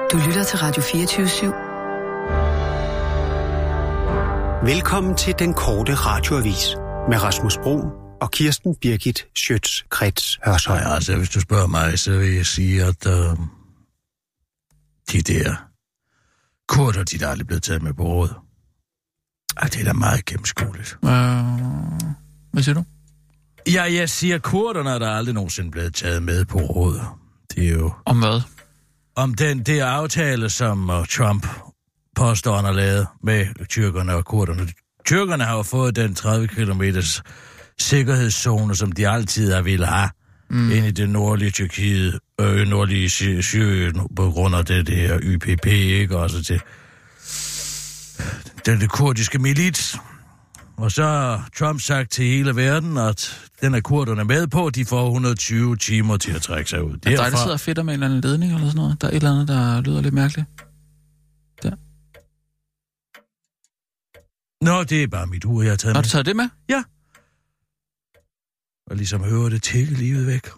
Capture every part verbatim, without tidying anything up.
Du lytter til Radio fireogtyve syv. Velkommen til den korte radioavis med Rasmus Broen og Kirsten Birgit Schiøtz-Kretz Hørsholm. Nej, altså hvis du spørger mig, så vil jeg sige, at øh, de der kurder, de der aldrig blevet taget med på råd. Ej, det er da meget gennemskueligt. Uh, hvad siger du? Ja, jeg siger, kurderne er der aldrig nogensinde blevet taget med på råd. Det er jo... Om hvad? Om den der aftale, som uh, Trump påstår, han har lavet med tyrkerne og kurderne. Tyrkerne har jo fået den tredive kilometers sikkerhedszone, som de altid har ville have, mm. ind i det nordlige Tyrkiet, øh, nordlige Sy- Syrien, på grund af det der Y P P, ikke? Også til den det kurdiske milits. Og så har Trump sagt til hele verden, at den er kurderne med på, de får et hundrede og tyve timer til at trække sig ud. Er der, der sidder og fedter med en eller anden ledning eller sådan noget? Der er et eller andet, der lyder lidt mærkeligt. Der. Nå, det er bare mit ur, jeg har taget Har med. du taget det med? Ja. Og ligesom hører det tække livet væk.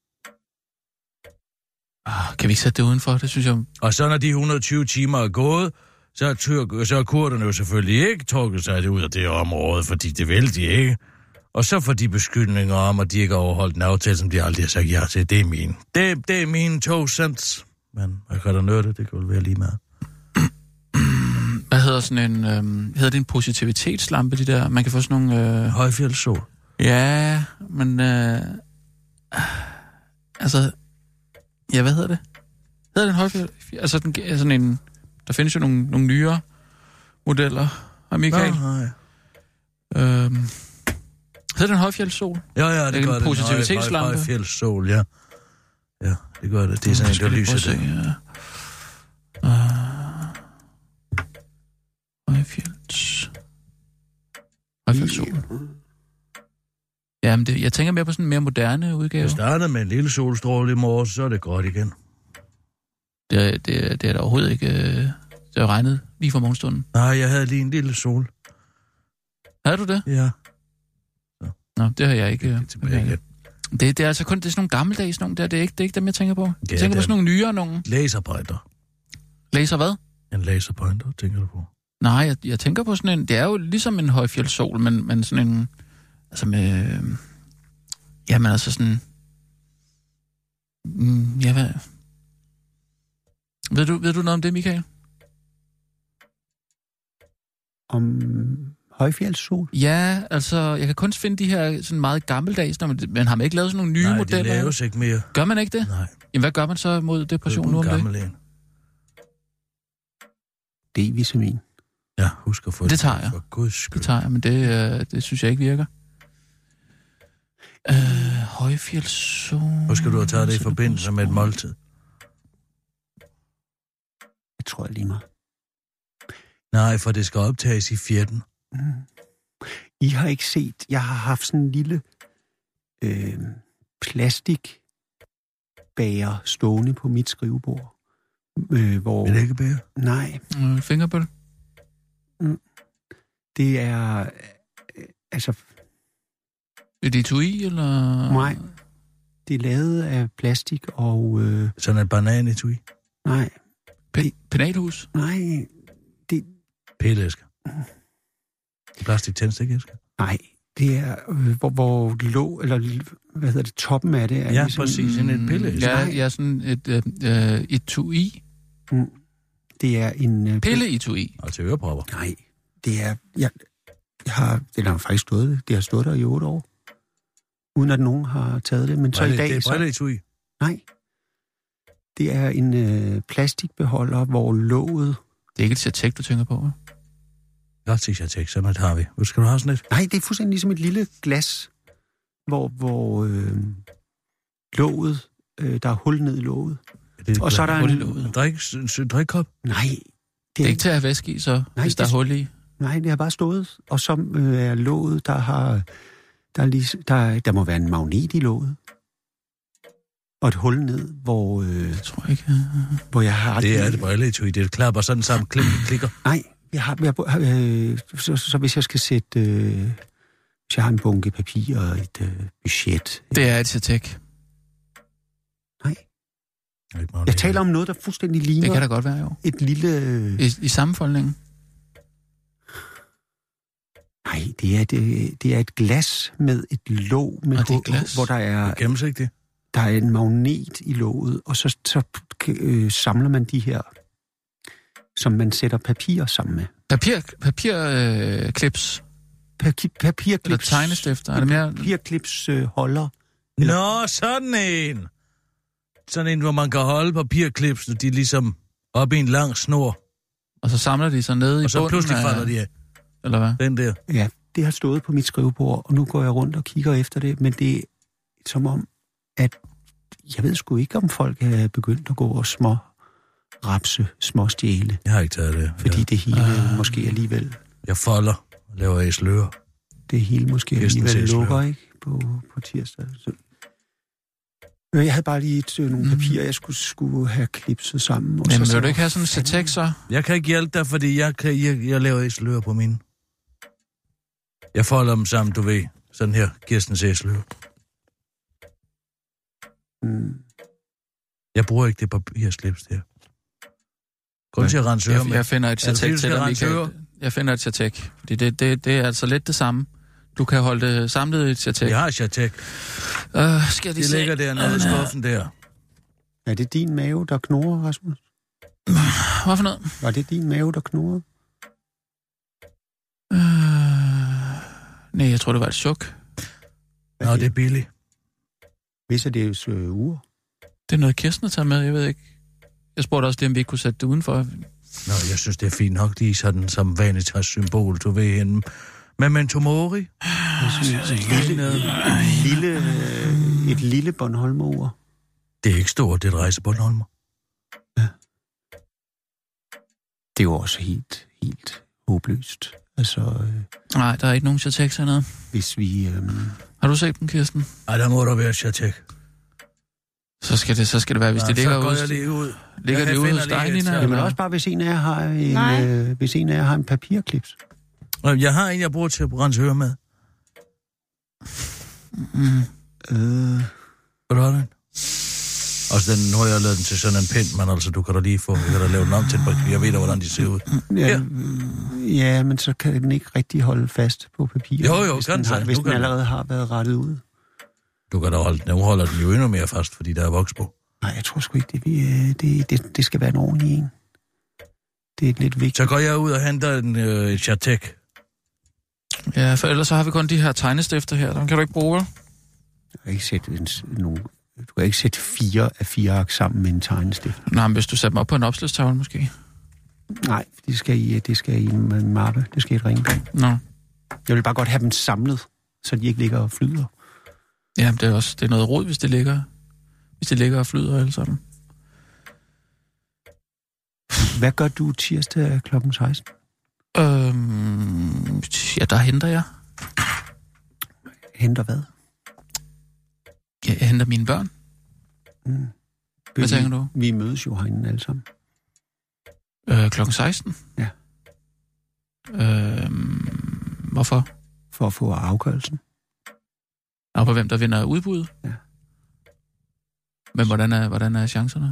Ah, kan vi ikke sætte det udenfor? Det synes jeg... Og så når de et hundrede og tyve timer er gået, så er, tyrk, så er kurderne jo selvfølgelig ikke trukket sig det ud af det område, fordi det vil de ikke. Og så får de beskyldninger om, at de ikke har overholdt en aftale, som de aldrig har sagt ja til. Det er min. Det, det er mine to cents. Men hvad kan der nøre det? Det kan jo være lige meget. Hvad hedder sådan en... Øh, hedder det en positivitetslampe, de der? Man kan få sådan nogle... Øh... Højfjeldssol. Ja, men... Øh... Altså... Ja, hvad hedder det? Hedder det en højfjeld? Altså den, sådan en... Der findes jo nogle, nogle nyere modeller af Michael. Nå, nej. Øhm, hedder det en højfjeldssol? Ja, ja, det, det gør det. En positivitetslampe. Høj, højfjeldssol, ja. Ja, det gør det. Det er sådan en, der lyser det. Ja. Uh, højfjelds... Højfjeldssol. Ja, men det, jeg tænker mere på sådan en mere moderne udgave. Jeg startede med en lille solstråle i morges, så er det godt igen. Det, det, det er da overhovedet ikke... Øh, det er regnet lige for morgenstunden. Nej, jeg havde lige en lille sol. Havde du det? Ja. Så. Nå, det har jeg ikke. Det er tilbage igen. Det, det er altså kun det er sådan nogle gammeldags nogle der. Det er ikke, det er ikke dem, jeg tænker på. Jeg ja, tænker på sådan nogle nyere nogle. Laserpointer. Laser hvad? En laserpointer, tænker du på? Nej, jeg, jeg tænker på sådan en... Det er jo ligesom en højfjeldssol, men, men sådan en... Altså med... Øh, jamen altså sådan... Mm, ja, hvad... Ved du, ved du noget om det, Michael? Om højfjeldssol? Ja, altså, jeg kan kun finde de her sådan meget gammeldags, men, men har man ikke lavet sådan nogle nye Nej, modeller? Nej, det laves ikke mere. Gør man ikke det? Nej. Jamen, hvad gør man så mod depression nu om det? Det er D-vitamin. Ja, husk at få det. Det tager jeg. For guds skyld. Det tager jeg, men det, øh, det synes jeg ikke virker. Øh, højfjeldssol... Husk at du har taget det i forbindelse med et måltid. Jeg tror jeg lige meget. Nej, for det skal optages i fjerten. Mm. I har ikke set, jeg har haft sådan en lille øh, plastikbager stående på mit skrivebord. Øh, hvor... En æggebæger? Nej. Øh, fingerbøl? Mm. Det er... Øh, altså... Er det etui, eller...? Nej. Det er lavet af plastik og... Øh... Sådan en bananetui? Nej. P- penalhus? Nej. Det... Pilleæske? Plastik tændstikæske? Nej. Det er, øh, hvor, hvor lå, eller hvad hedder det, toppen af det er ja, ligesom... præcis. Sådan et pilleæske. Ja, ja, sådan et øh, øh, etui. Mm. Det er en... Øh, Pille-etui. Og til ørepropper? Nej. Det er... Jeg, jeg har, det har faktisk stået, det har stået der i otte år. Uden at nogen har taget det. Men så Brille, i dag... Det er brilleetui? Nej. Det er en øh, plastikbeholder, hvor låget... Det er ikke et Certec, du tænker på, hva'? Godt til Certec, sådan et har vi. Hvor skal du have sådan et? Nej, det er fuldstændig ligesom et lille glas, hvor, hvor øh, låget, øh, der er hul ned i låget. Det er og så er der en... en drik, en drikkop? Nej. Det er, det er ikke til at have væske i, så, nej, hvis der det... er hul i? Nej, det har bare stået. Og så øh, er låget, der har... Der, er lige, der, der må være en magnet i låget. Og et hul ned, hvor... Øh, jeg tror ikke... Hvor jeg har... Det er det brilleetui. Det klapper sådan sammen, klik, klikker. Nej, jeg har... Jeg, øh, så, så hvis jeg skal sætte... Øh, hvis jeg har en bunke papir og et øh, budget... Det er et Certec. Nej. Jeg taler om noget, der fuldstændig ligner... Det kan da godt være, jo. Et lille... I, i sammenfoldningen? Nej, det er, det, det er et glas med et låg, med og det er glas. Hvor der er... Gennemsigtigt. Der er en magnet i låget, og så, så øh, samler man de her, som man sætter papir sammen med. Papir, papirklips? Øh, pa- papirklips. Eller tegnestifter? Er det mere... Papirklips øh, holder. Eller... Nå, sådan en! Sådan en, hvor man kan holde papirklips, de er ligesom op i en lang snor. Og så samler de sig nede i bunden. Og så pludselig falder de af. Eller hvad? Den der. Ja, det har stået på mit skrivebord, og nu går jeg rundt og kigger efter det, men det er som om, at jeg ved sgu ikke, om folk er begyndt at gå og små rapse, små stjæle. Jeg har ikke taget det. Fordi ja. det hele uh, måske alligevel... Jeg folder og laver æslører. Det hele måske alligevel lukker, ikke? På, på tirsdag. Så. Jeg havde bare lige et, nogle papirer, jeg skulle, skulle have klipset sammen. Og Men så, vil du ikke have sådan en Cetex så? Jeg kan ikke hjælpe dig, fordi jeg, kan, jeg, jeg laver æslører på mine. Jeg folder dem sammen, du ved. Sådan her, Kirstens æslører. Mm. Jeg bruger ikke det papirslips der. Kun til at rense ører jeg, med. jeg finder et Cetex til dig, Michael. Jeg finder et Cetex, fordi det, det, det er altså lidt det samme. Du kan holde det samlet i et Cetex. Jeg har et Cetex. Uh, skal de det se? ligger dernede i skuffen der. Er det din mave, der knurrer, Rasmus? Hvad for noget? Var det din mave, der knurrede? Uh, nej, jeg tror, det var et chok. Nå, det? det er billigt. Hvis er det jo øh, uger. Det er noget, Kirsten har taget med, jeg ved ikke. Jeg spurgte også lige, om vi ikke kunne sætte det udenfor. Nå, jeg synes, det er fint nok, de er sådan som Vanitas symbol, du ved hende. Memento Mori. Lille, lille, øh, et lille Bornholmer-ur. Det er ikke stort, det er et rejse-Bornholmer. Ja. Det er jo også helt, helt håbløst. Altså, øh, nej, der er ikke nogen Cetex hernede. Hvis vi... Øh... Har du set dem, Kirsten? Nej, der må der være Cetex. Så skal det, så skal det være, hvis Nå, det ligger ude. Så går jeg lige ud. Ligger det ude hos dig, Nina? Jamen også bare, hvis en af jer har en, øh, hvis en af jer har en papirklips. Jeg har en, jeg bruger til at rense ører med. Mm. Øh... Vil du have den? Også den, nu har jeg lavet den til sådan en pind, men altså, du kan da lige få, jeg kan da lave den om til et papir. Jeg ved da, hvordan de ser ud. Ja, ja. ja, men så kan den ikke rigtig holde fast på papir. Jo, jo, hvis kan den, har, hvis den allerede har været rettet ud. Du kan da holde den. Nu holder den jo endnu mere fast, fordi der er voks på. Nej, jeg tror sgu ikke, det, vi, det, det, det skal være en ordentlig en. Det er lidt vigtigt. Så går jeg ud og henter en øh, Cetex. Ja, for ellers så har vi kun de her tegnestifter her. Dem kan du ikke bruge, vel? Du kan ikke sætte, en, nogen, du kan ikke sætte fire af fire ark sammen med en tegnestift. Nej, men hvis du sætter dem op på en opslagstavle, måske. Nej, det skal i, det skal i en mappe. Det skal i et ringbind. Nå. Jeg vil bare godt have dem samlet, så de ikke ligger og flyder. Ja, det er også det er noget rod, hvis det ligger, hvis det ligger og flyder alle sammen. Hvad gør du tirsdag klokken seksten? Øhm, ja, der henter jeg. Henter hvad? Ja, jeg henter mine børn. Mm. Hvad vi, tænker du? Vi mødes jo herinde alle sammen. Øh, klokken seksten? Ja. Øhm, hvorfor? For at få afgørelsen. Og på hvem der vinder udbuddet? Ja. Men hvordan er, hvordan er chancerne?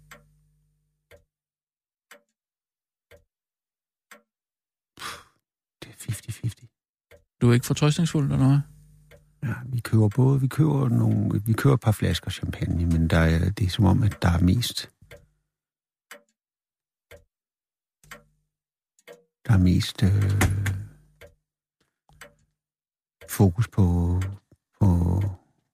Det er halvtreds halvtreds. Du er ikke fortrøstningsfuld, eller hvad? Ja, vi køber både, vi køber nogle, vi køber et par flasker champagne, men der er, det er som om, at der er mest, der er mest øh, fokus på, på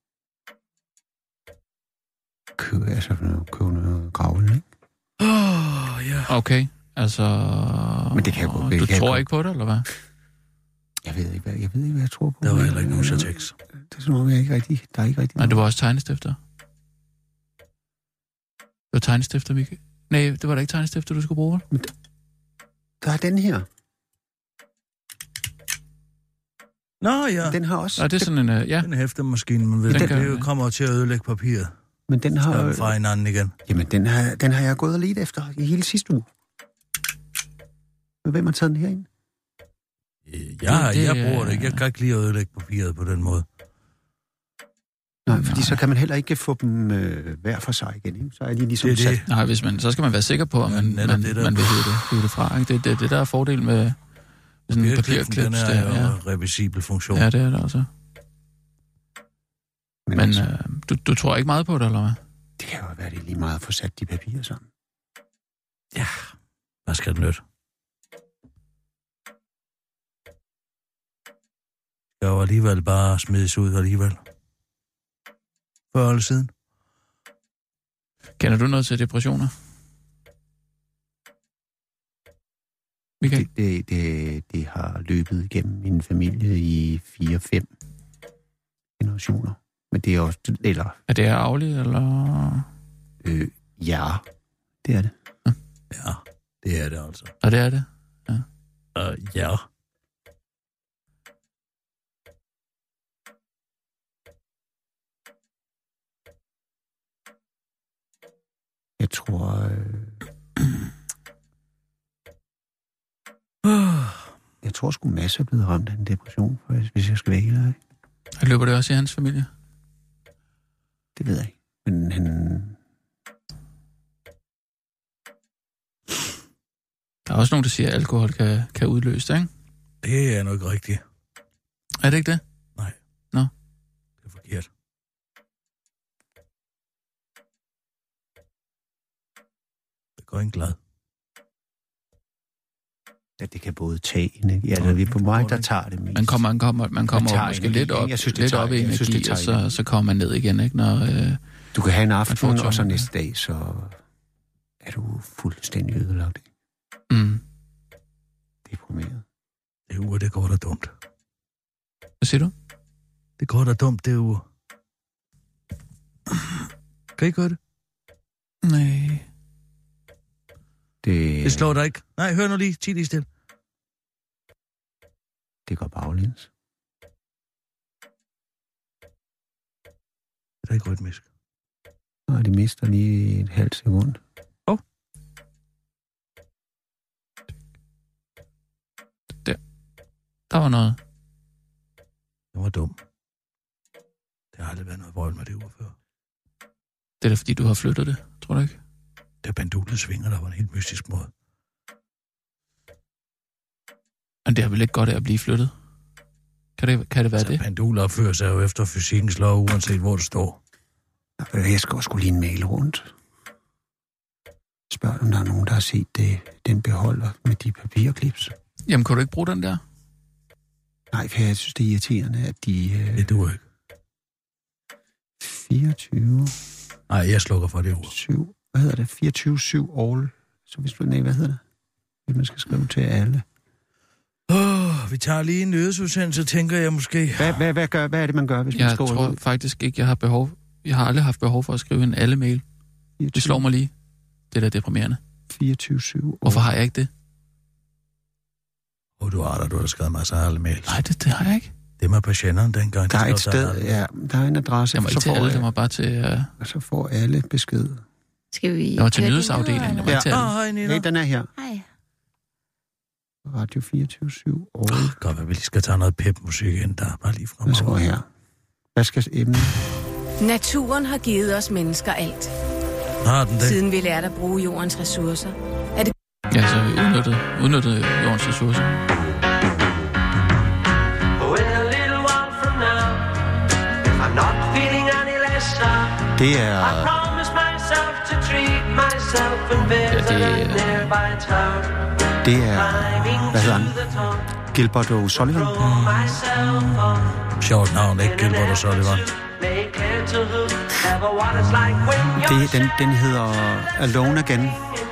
købe, altså købe noget gravl, ikke? Åh, oh, ja. Okay, altså... Men det kan jeg godt. Du kan tror jeg ikke på det, eller hvad? Jeg ved ikke, hvad jeg, ved ikke, hvad jeg tror på. Der var heller ikke nogen Cetex. Det er som om, jeg ikke rigtig, der er ikke rigtig Nej, det var også tegnestifter. Det var tegnestifter, vi... Nej, det var da ikke tegnestifter, du skulle bruge. Men der, der er den her. Nå, ja. Den har også... Nej, det er sådan en... Uh, ja. Den hæftemaskine, man ved. Den, den kommer til at ødelægge papiret. Men den har... Skal fra hinanden igen. Jamen, den har, den har jeg gået og let efter i hele sidste uge. Hvem har taget den herind? Ja, det, jeg bruger det ikke. Jeg kan ikke lide at ødelægge papiret på den måde. Nej, fordi Nej. så kan man heller ikke få dem øh, hver for sig igen. Ikke? Så er de ligesom det, det. sat. Nej, hvis man, så skal man være sikker på, at man, ja, man, det, man vil hive det, hive det fra. Ikke? Det er det, det, der er fordel med sådan en papirklips. Den er jo ja. reversibel funktion. Ja, det er det også. Men, Men altså, øh, du, du tror ikke meget på det, eller hvad? Det kan jo være, det er lige meget at få sat de papirer sammen. Ja, hvad skal det nytte? Jeg var alligevel bare smides ud alligevel. Før eller siden. Kender du noget til depressioner? Det, det, det, det har løbet igennem min familie i fire fem generationer. Men det er også... Eller, er det arveligt, eller...? Øh, ja, det er det. Ja. ja, det er det altså. Og det er det? Ja. Uh, ja. Jeg tror... Øh... jeg tror sgu masser er blevet ramt af en depression, hvis jeg skal være helt ærlig. Og løber det også i hans familie? Det ved jeg ikke. Men han... Der er også nogen, der siger, at alkohol kan, kan udløse det, ikke? Det er nok ikke rigtigt. Er det ikke det? Nej. Nå. Det er forkert. Det går ikke glad. Ja, det kan både tage energi. Ja, vi er på mig, der tager det mest. Man kommer, man kommer, man kommer måske energi. lidt op, synes, lidt tager, op i energi, synes, og så, så kommer man ned igen, ikke? Når, øh, du kan have en aften, og så næste dag, så er du fuldstændig ødelagt. Mm. Deprimeret. Det uge, det går da dumt. Hvad siger du? Det går da dumt, det uge. Kan I gøre det? Nej. Det... det slår dig ikke. Nej, hør nu lige. Tid lige stille. Det går baglæns. Det er ikke rytmisk. Nej, det mister lige et halvt sekund. Åh. Oh. Der. Der var noget. Det var dum. Det har aldrig været noget vrøvl med det uge før. Det er da fordi, du har flyttet det, tror du ikke? Det pendulet svinger, der var en helt mystisk måde. Men det har vel ikke godt af at blive flyttet? Kan det, kan det være så det? Pendul opfører sig jo efter fysikkens lov, uanset hvor det står. Jeg skal også lige en mail rundt. Spørg, om der er nogen, der har set det, den beholder med de papirklips. Jamen, kan du ikke bruge den der? Nej, for jeg synes, det er irriterende, at de... Øh... Det duer ikke. fireogtyve... Nej, jeg slukker for det ord. syv... Hvad hedder det? fireogtyve syv all. Så hvis du... Nej, hvad hedder det? Hvis man skal skrive til alle. Åh, oh, vi tager lige en nyhedsudsendelse, tænker jeg måske. Hvad, hvad, hvad, gør, hvad er det, man gør, hvis jeg man skriver tror ud? faktisk ikke, jeg har behov... Jeg har aldrig haft behov for at skrive en alle-mail. fireogtyve Det slår mig lige. Det er da deprimerende. fireogtyve syv Hvorfor har jeg ikke det? Åh, oh, du har der, du har skrevet masser af alle mails. Nej, det, det har jeg ikke. Det var patienterne dengang. Der er et sted, ja. Der er en adresse. Jeg må ikke til alle, det var bare til... Uh... Og så får alle besked. Skal vi... Det var til nyhedsafdelingen, det var ja. ikke til alle. Oh, hej, Nina. Nej, den er her. Hej. Radio fireogtyve syv. Oh, godt, at vi lige skal tage noget pep-musik ind, der er bare lige frem. Hvad så her? Hvad skal emnet? Naturen har givet os mennesker alt. Har den det? Siden vi lærte at bruge jordens ressourcer. Er det... Ja, så vi udnyttede, udnyttede jordens ressourcer. Det er... Ja, det, det er... Hvad hedder han? Gilbert O'Sullivan? Mm. Sjovt navn, ikke? Gilbert O'Sullivan. Det, den, den hedder Alone Again.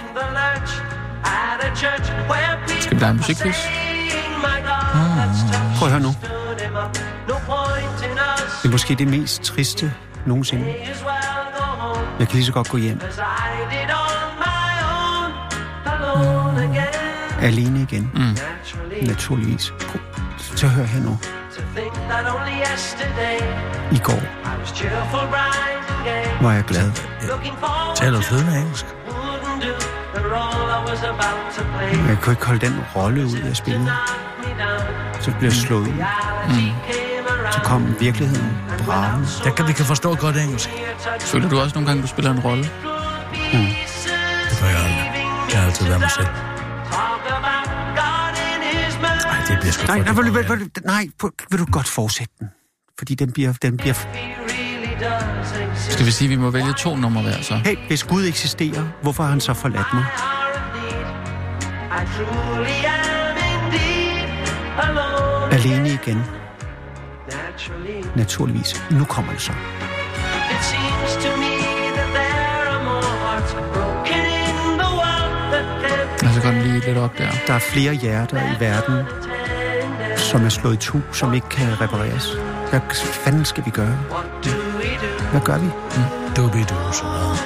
Skal vi lege en musikquiz? Mm. Prøv at høre nu. Det er måske det mest triste nogensinde. Jeg kan lige så godt gå hjem. Mm. Alene igen. Mm. Naturligvis. Så hør her nu. I går var jeg glad. Taler du flydende engelsk? Jeg kunne ikke holde den rolle ud af spillet. Så blev jeg slået ud. Mm. Så kom virkeligheden bragen. Der kan vi kan forstå godt engelsk. Føler du også nogle gange, du spiller en rolle? Mm. Det gør jeg aldrig. Jeg har altid været mig selv. Ej, det bliver sgu Nej, nej, for vil, det. vil, vil, nej, vil du godt fortsætte den? Fordi den bliver, den bliver... Skal vi sige, at vi må vælge to numre hver, så? Hey, hvis Gud eksisterer, hvorfor har han så forladt mig? Alene igen. Naturligvis. Nu kommer det så. Altså godt lige lidt op der. Der er flere hjerter i verden, som er slået i tu, som ikke kan repareres. Hvad fanden skal vi gøre? Hvad gør vi? Mm. Dubi-du, sådan noget.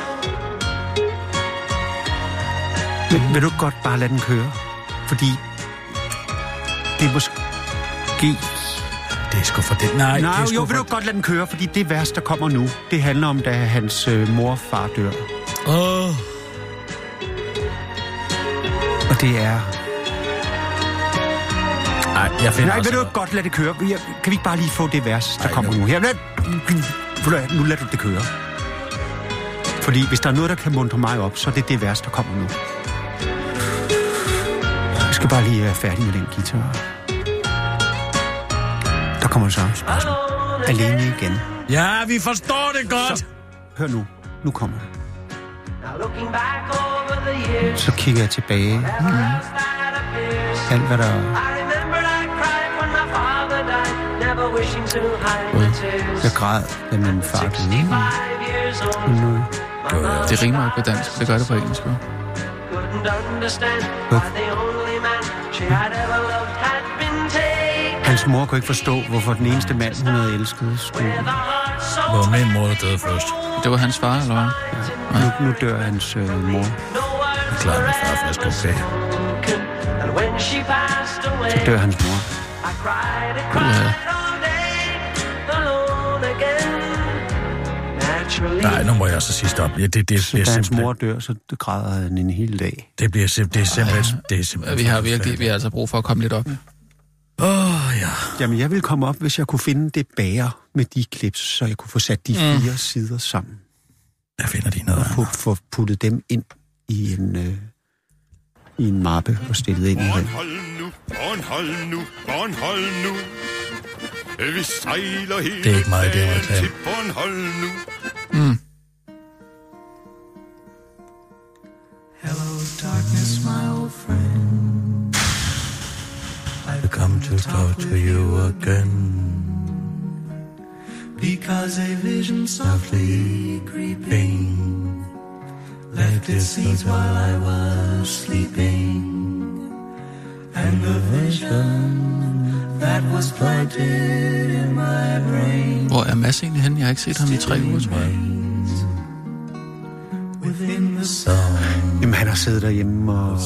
Men vil du godt bare lade den køre? Fordi det er måske... Det er sgu for det. Nej, Nej, det er sgu jo, for... vil du godt lade den køre? Fordi det værste, der kommer nu, det handler om, da hans øh, mor og far dør. Åh... Oh. Og det er... Nej, jeg finder Nej, også... vil du godt lade det køre? Kan vi ikke bare lige få det værste, der Ej, kommer nu. nu? Her, lad... Nu lader du det køre. Fordi hvis der er noget, der kan muntre mig op, så er det det værste, der kommer nu. Jeg skal bare lige være færdig med den guitar. Der kommer det så spørgsmål. Alene igen. Ja, vi forstår det godt! Så, hør nu. Nu kommer det. Så kigger jeg tilbage. Mm. Alt, hvad der... Jeg græd, da min far døde. Nu... Det rimer ikke på dansk, det gør det på engelsk. Hans mor kunne ikke forstå, hvorfor den eneste mand, hun havde elsket, skulle... Det var min mor, der døde først. Det var hans far, eller hvad? Ja. Nu, nu dør hans øh, mor. Jeg klarer min far frisk okay. Så dør hans mor. Uha. Nej, nu må jeg så sige stop. Ja, det, det, Så det, da er hans simpelthen... mor dør, så græder han en hel dag. Det bliver simpelthen... Det er simpelthen... Det er simpelthen Vi har virkelig, vi har altså brug for at komme lidt op. Åh, oh, ja. Jamen, jeg ville komme op, hvis jeg kunne finde det bager med de klips, så jeg kunne få sat de fire mm. sider sammen. Jeg finder de noget og få, få puttet dem ind i en, øh, i en mappe og stillet ind i den. Bornholm nu, Bornholm nu, Bornholm nu. Vi sejler hele det er ikke meget, det er til Bornholm nu. Mm. Hello darkness, my old friend. I've come to talk to you again. Because a vision softly creeping left its seeds while I was sleeping. And the vision that was planted in my brain. Hvor er Mads egentlig henne? Jeg har ikke set ham i tre uger, tror jeg. Within the sun. Jamen, han har siddet derhjemme og,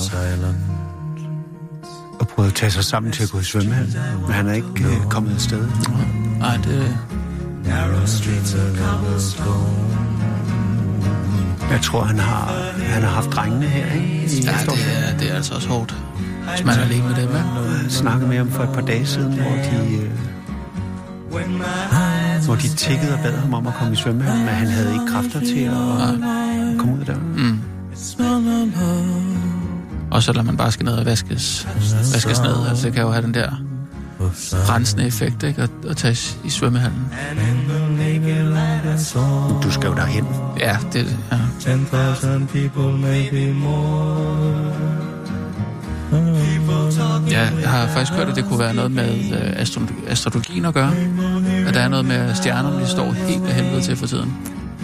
og prøvet at tage sig sammen til at gå i svømmehallen. Men han er ikke øh, kommet afsted. Nej, det... Narrow streets of cobblestone. Jeg tror, han har, han har haft drengene her, ikke? I Ja, det er, det er altså også hårdt. Hvis man er alene med dem, ikke? Jeg snakkede med ham for et par dage siden, hvor de, øh, hvor de tikkede og bad ham om at komme i svømmehallen, men han havde ikke kræfter til at Nej. komme ud af døren. Mm. Og så lader man bare skal ned og vaskes, vaskes ned. Altså, det kan jo have den der rensende effekt, ikke? At, at tage i svømmehallen. Du skal jo derhen. Ja, det ja. ten thousand people, maybe more. Ja, jeg har faktisk hørt, at det kunne være noget med øh, astro- astrologien at gøre. At der er noget med, at stjernerne de står helt af helvede til for tiden.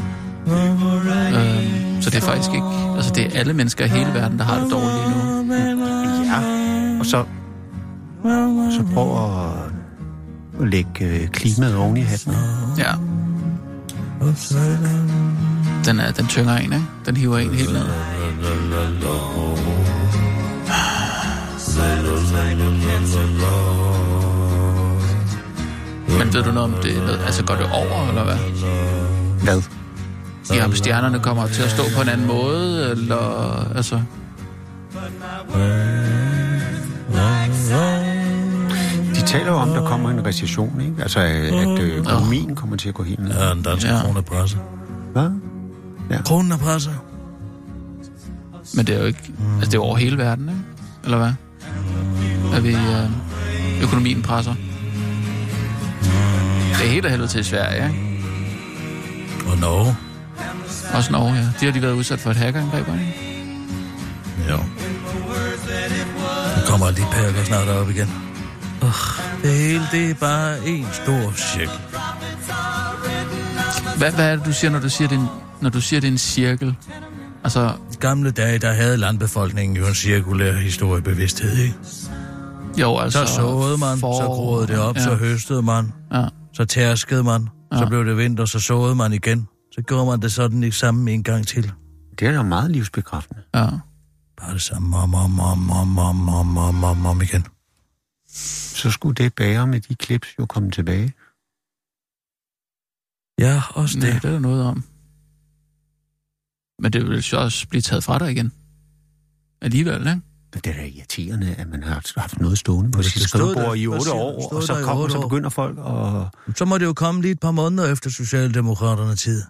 Øh, så det er faktisk ikke... Altså, det er alle mennesker i hele verden, der har det dårligt lige nu. Ja, og så, så prøv at, at lægge øh, klimaet oven i hatten. Ja. Den, er, den tynger en, ikke? Den hiver en helt ned. Men ved du noget om det? Altså, går det over, eller hvad? Hvad? Ja, om stjernerne kommer til at stå på en anden måde, eller... Altså... De taler jo om, at der kommer en recession, ikke? Altså, at øh, økonomien kommer til at gå helt ned. Ja, den danske Ja. krone er presset. Hvad? Ja. Kronen er presset. Men det er jo ikke... Altså, det er over hele verden, ikke? Eller hvad? Er vi... Øh, økonomien presser? Det er helt af helvede til Sverige, ikke? Og Norge. Også Norge, ja. De har lige været udsat for et hackerangreb, ikke? Jo. Nu kommer de perker snart op igen. Uh, det hele, det er bare en stor cirkel. Hvad, hvad er det, du siger, når du siger, det er en, når du siger, det er en cirkel? Altså... I gamle dage, der havde landbefolkningen jo en cirkulær historiebevidsthed, ikke? Jo, altså... Så såede man, for... så groede det op, ja. så høstede man, Ja. så tærskede man, Ja. så blev det vinter, så såede man igen. Så gjorde man det sådan ikke sammen en gang til. Det er da meget livsbekræftende. Ja. Bare det samme, om, om, om, om, om, om, om, om, om igen. Så skulle det bære med de klips jo komme tilbage. Ja, også Det, det. det er der noget om. Men det vil jo også blive taget fra dig igen. Alligevel, ikke? Det er da irriterende, at man har haft noget stående på Hvis sit det stod skrivebord der- i hvad otte siger du? år, Stod og så der i kommer, otte så år? begynder folk at... Så må det jo komme lige et par måneder efter Socialdemokraterne tid.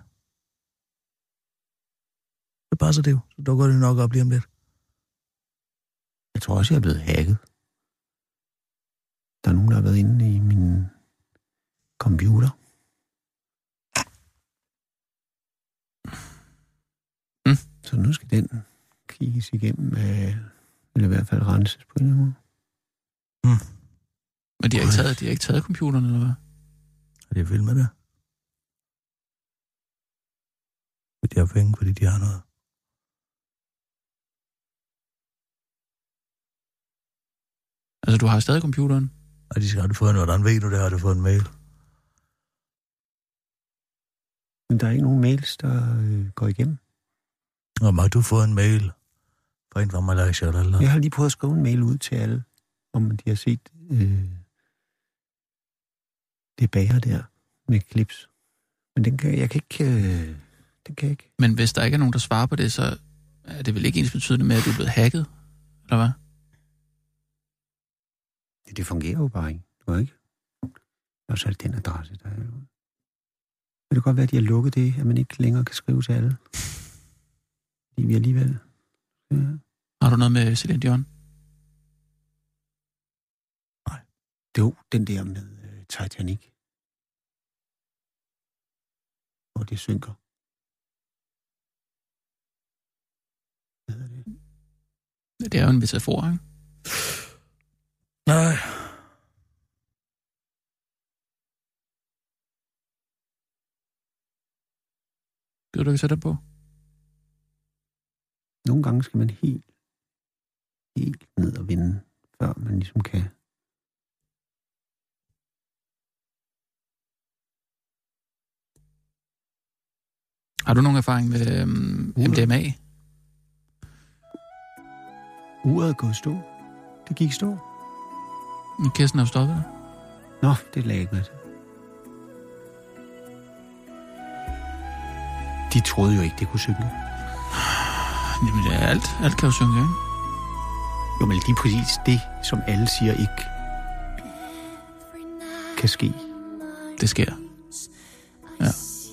Så passer det jo. Så dukker det nok op lige om lidt. Jeg tror også, jeg er blevet hacket. Der er nogen, der har været inde i min computer. Mm. Så nu skal den kigges igennem, øh, eller i hvert fald renses på en eller anden måde. Mm. Men de har ikke taget, de har ikke taget computeren, eller hvad? Er det vildt med det? De har penge, fordi de har noget. Altså, du har stadig computeren? Og de skal have fået noget. Hvordan ved du det? Har du fået en mail? Men der er ikke nogen mails, der øh, går igennem. Og har du fået en mail fra en fra Malaysia eller eller? Jeg har lige prøvet at skrive en mail ud til alle, om de har set øh, det bager der med klips. Men den kan, jeg kan ikke... Øh, den kan jeg ikke. Men hvis der ikke er nogen, der svarer på det, så er det vel ikke ens betydende med, at du er blevet hacket? Eller hvad? Det, det fungerer jo bare ikke. Du ikke? Og så er det den adresse, der er. Det kan godt være, at de har lukket det, at man ikke længere kan skrive til alle. Fordi vi alligevel... Ja. Har du noget med Celine Dion? Nej. Det er jo den der med uh, Titanic. Og det synker. Hvad hedder det? Det er jo en metafor, ikke? Nej. Gider du ikke sætte det på? Nogle gange skal man helt, helt ned og vinde, før man ligesom kan... Har du nogen erfaring med øhm, M D M A? Uret er gået i stå. Det gik i stå. Kirsten har jo stoppet det. Nå, det lagde jeg ikke med til. De troede jo ikke, det kunne synge. Jamen, det er alt. Alt kan jo synge, ikke? Jo, men lige præcis det, som alle siger ikke kan ske. Det sker. Ja.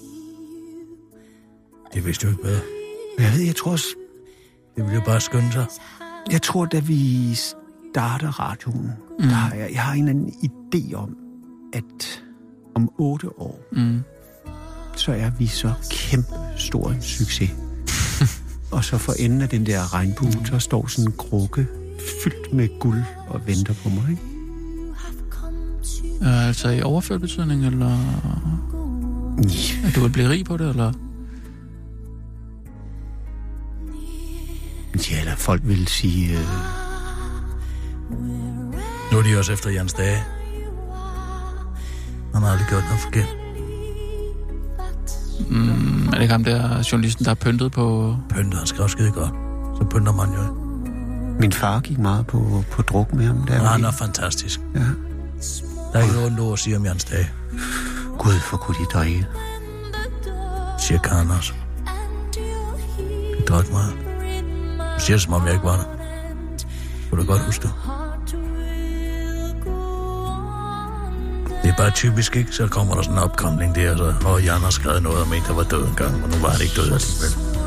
Det vidste jo ikke bedre. Jeg ved, jeg tror også... Det ville jo bare skynde sig. Jeg tror, da vi starter radioen, mm. der har jeg, jeg har en eller anden idé om, at om otte år, Mm. så er vi så kæmpe stor en succes. Og så for enden af den der regnbue, så står sådan en krukke fyldt med guld og venter på mig, ikke? Øh, altså i overført betydning, eller... Ja. At du vil blive rig på det, eller... Ja, eller folk vil sige... Øh... Nu er de også efter Jens Dage. Han har aldrig gjort noget forkert. Mm, er det ikke ham der journalisten, der har pyntet på... Pynter, han skrev skide godt. Så pynter man jo. Min far gik meget på, på druk med ham. Der Ja, var han det. er fantastisk. Ja. Der er ikke noget ord at sige om Jens Dage. Gud, for kunne de drikke. Siger Karen også. Vi drak meget. Du siger det, som om jeg ikke var der. Kunne du godt huske det? er bare typisk, ikke? Så kommer der sådan en opkomling der, så, og Jan har skrevet noget om en, der var død engang, men nu var han ikke død alligevel.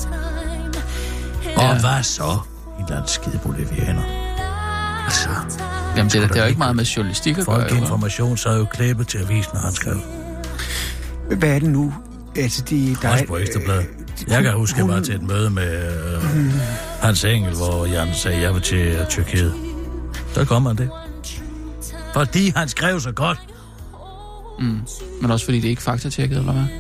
Ja. Og hvad så? En eller anden skide bolivianer. Altså... Jamen, det, det er jo ikke meget med journalistik at gøre. Folkeinformation, så er jo klæbet til avisen, når han skrev. Hvad er det nu? Altså, de, der også på Ekstrabladet. Jeg kan huske, hun... jeg var til et møde med øh, mm. Hans Engel, hvor Jan sagde, jeg vil til uh, Tyrkiet. Så kommer han det. Fordi han skrev så godt. Mm. Men også fordi det ikke faktatjekket, eller hvad?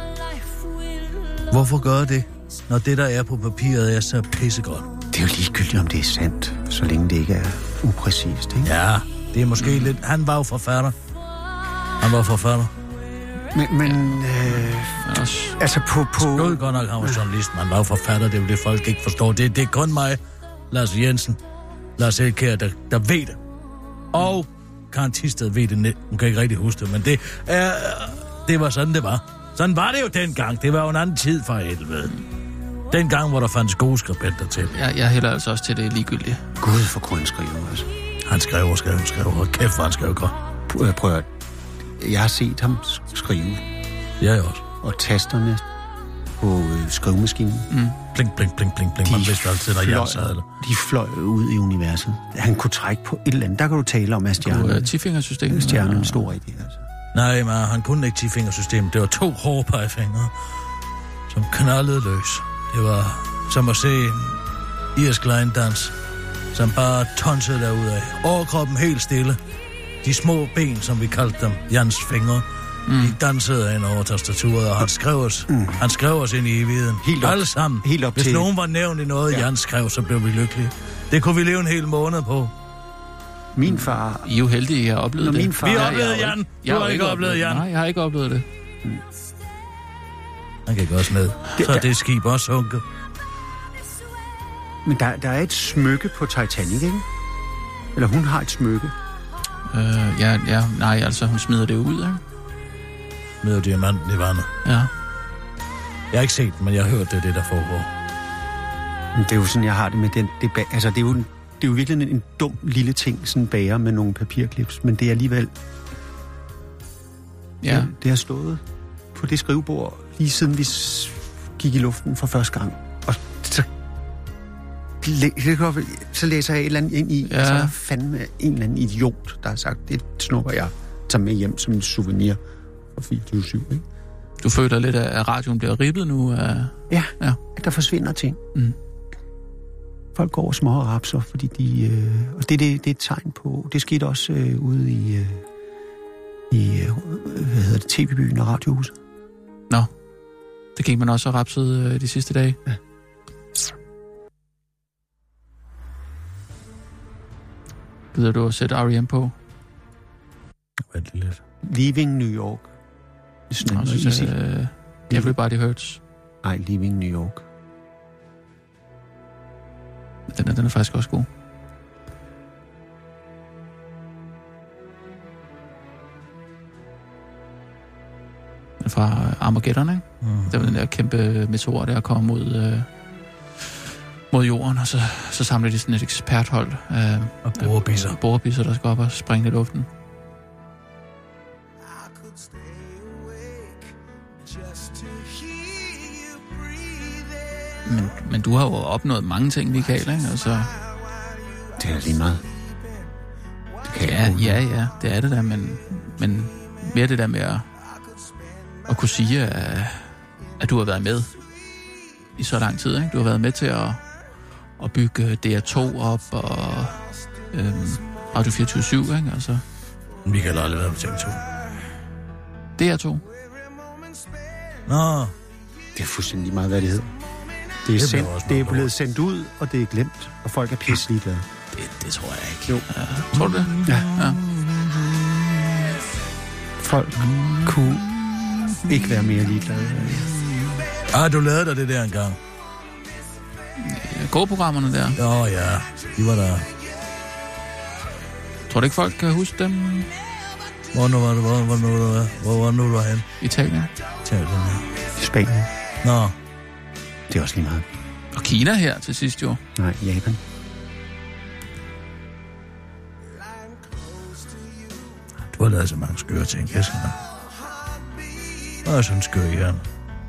Hvorfor gør det, når det, der er på papiret, er så pissegodt? Det er jo ligegyldigt, om det er sandt, så længe det ikke er upræcist, ikke? Ja, det er måske mm. lidt... Han var jo forfatter. Han var forfatter. Men, men øh, også... altså på... på... Jeg ved godt nok, han var journalist, man var jo forfatter, det er jo det, folk ikke forstår. Det, det er kun mig, Lars Jensen, Lars Elkjær, der, der ved det. Og Karen Thisted ved det, hun kan ikke rigtig huske det, men det, er, det var sådan, det var. Sådan var det jo dengang. Det var jo en anden tid for helvede. Dengang, hvor der fandt gode skribenter til. Ja, jeg hælder altså også til det ligegyldigt. Gud, for kunne han skrive, altså. Han skrev og skrev og skrev, og kæft, hvor han skrev godt. Prøv, prøv at... Jeg har set ham skrive. Jeg også. Og tasterne på øh, skrivemaskinen. Mm. Blink, blink, blink, blink, blink. Man vidste altid, når jeg sad der. De fløj ud i universet. Han kunne trække på et eller andet. Der kan du tale om, at stjernen... Uh, ti-fingersystemet. Stjernen stod rigtig, altså. Nej, men han kunne ikke ti-fingersystemet. Det var to hårde pegefingre, som knaldede løs. Det var som at se en irsk line-dans, som bare tonsede derudad. Overkroppen helt stille. De små ben, som vi kaldte dem, Jans fingre, mm. de dansede ind over tastaturet, og han skrev os, mm. han skrev os ind i evigheden. Helt op, alle sammen. Helt op Hvis til... nogen var nævnt i noget, ja. Jans skrev, så blev vi lykkelige. Det kunne vi leve en hel måned på. Min far... I er jo heldige, jeg har oplevet Når det. Min far... Vi har oplevet Jan. Du jeg har, har ikke oplevet Jan. Nej, jeg har ikke oplevet det. Mm. Han kan ikke også med. Det, så der... det skib også sunket. Men der, der er et smykke på Titanic, ikke? Eller hun har et smykke. Øh, ja, ja, nej, altså hun smider det ud, ikke? Smider diamanten i vandet. Ja. Jeg har ikke set den, men jeg har hørt, det er det, der foregår. Men det er jo sådan, jeg har det med den... Det, altså, det er jo, en, det er jo virkelig en, en dum lille ting, sådan bager med nogle papirklips, men det er alligevel... Ja. Det, det har stået på det skrivebord, lige siden vi gik i luften for første gang. Og så... Så læser jeg et eller andet ind i, ja. Og så er fandme en eller anden idiot, der har sagt, det snupper jeg tager med hjem som en souvenir fra fireogtyve syv, ikke? Du føler lidt, at radioen bliver ribbet nu? Af... Ja, ja, at der forsvinder ting. Mm. Folk går små og rapser, fordi de... Øh, og det, det, det er et tegn på... Det skete også øh, ude i... Øh, i øh, hvad hedder det? T V-byen og Radiohuset. Nå, det gik man også og rapsede øh, de sidste dage. Ja. Gider du at sætte R E M på? Vent lidt. Leaving New York. Det er synes, uh, Everybody Hurts. Nej, Leaving New York. Den er, den er faktisk også god. Den er fra Armageddon, ikke? Mm. Det var den der kæmpe meteor, der kom mod... Øh, mod jorden, og så, så samler de sådan et eksperthold af, og borebisser. af borebisser, der skal op og springe i luften. Men, men du har jo opnået mange ting, Michael, ikke? Altså, det er lige meget. Det kan ja, ja, ja, det er det der, men, men mere det der med at, at kunne sige, at, at du har været med i så lang tid, ikke? Du har været med til at og bygge D R to op, og øhm, Radio fireogtyve syv, ikke? Altså. Vi kan aldrig være på T V to. D R to? Nå. Det er fuldstændig meget, hvad det hedder. Det er, det sendt, det er blevet sendt ud, og det er glemt, og folk er pisse ligeglade. Det, det tror jeg ikke. Jo. Ja, tror du det? Ja. ja. Folk kunne ikke være mere ligeglade. Ah, du lavede dig det der engang. Gå-programmerne der? Åh oh, ja, de var der. Tror du ikke, folk kan huske dem? Hvor nu var du, hvor, hvor nu var du, hvor var nu du var hen? Italien. Italien, ja. Spanien. Nå. Det er også lige meget. Og Kina her til sidst jo. Nej, Japan. Du har lavet så mange skøre ting. Jeg skal nok. Og jeg synes skør hjerne.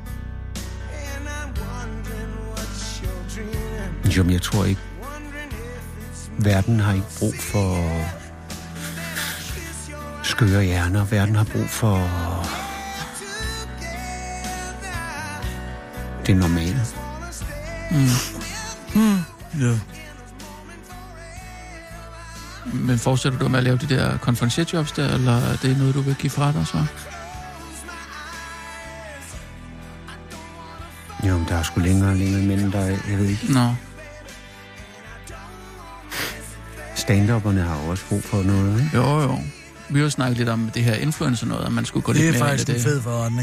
Jo, men jeg tror ikke, verden har ikke brug for skøre hjerner. Verden har brug for det normale. Mm. Mm. Ja. Men fortsætter du med at lave de der konferencierjobs der, eller er det noget, du vil give fra dig så? Jo, men der er sgu længere og længere imellem, der jeg ved ikke. Nå. Stand-upperne har også brug for noget, ikke? Jo, jo. Vi har jo snakket lidt om det her influencer noget, at man skulle gå lidt mere Det er faktisk en fed forretning.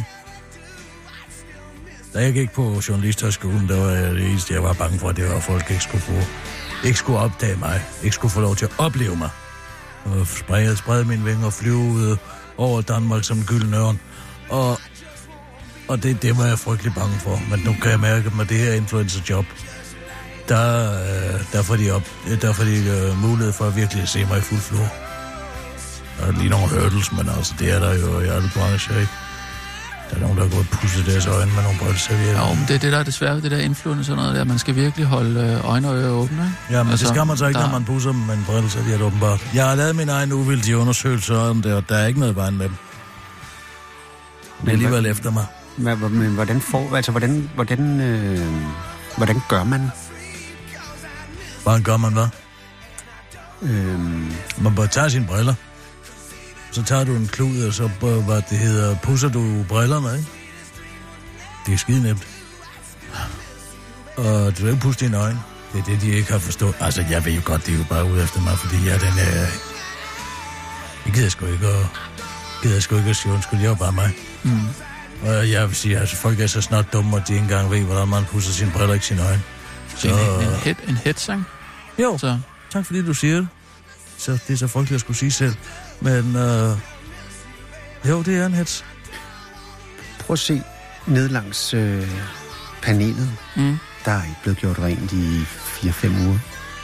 Da jeg gik på journalisterskolen, der var jeg det eneste, jeg var bange for, at det var, at folk ikke skulle få, ikke skulle opdage mig, ikke skulle få lov til at opleve mig. Og sprede, sprede mine vinger og flyve ud over Danmark som en gylden ørn. Og, og det, det var jeg frygtelig bange for. Men nu kan jeg mærke, at med det her influencerjob, der, der får de, op, der får de uh, mulighed for at virkelig se mig i fuld flor. Der er lige nogle hurdles, men altså, det er der jo i alle brancher, ikke? Der er nogen, der har gået og pusset deres øjne med nogle brilleservietter. Jo, men det er det, der er desværre, det der influencer noget der. Man skal virkelig holde øjne og ører åbne, ikke? Ja, men altså, det skal man så ikke, der... når man pusser dem med en brilleserviet, åbenbart. Jeg har lavet min egen uvildige undersøgelser om det, og der er ikke noget vejen med dem. Men alligevel efter mig. Men hvordan får... Altså, hvordan... Hvordan, øh, hvordan gør man? Hvordan gør man hvad? Øhm... Man bare tager sine briller. Så tager du en klud, og så, hvad det hedder, pusser du brillerne, ikke? Det er skide nemt. Og du vil ikke pusse dine øjne. Det er det, de ikke har forstået. Altså, jeg ved jo godt, det er jo bare ude efter mig, fordi jeg den er... Jeg gider sgu ikke at... gider sgu ikke at sige undskyld, jeg er bare mig. Mm. Og jeg vil sige, altså, folk er så snart dumme, at de ikke engang ved, hvordan man pusser sine briller, ikke sine øjne. Så... En, en, head, en headsang? Jo, så. Tak fordi du siger det. Så det er så frygteligt at skulle sige selv. Men, øh, jo, det er en hets. Prøv at se ned langs øh, panelet. Mm. Der er ikke blevet gjort rent i fire fem uger.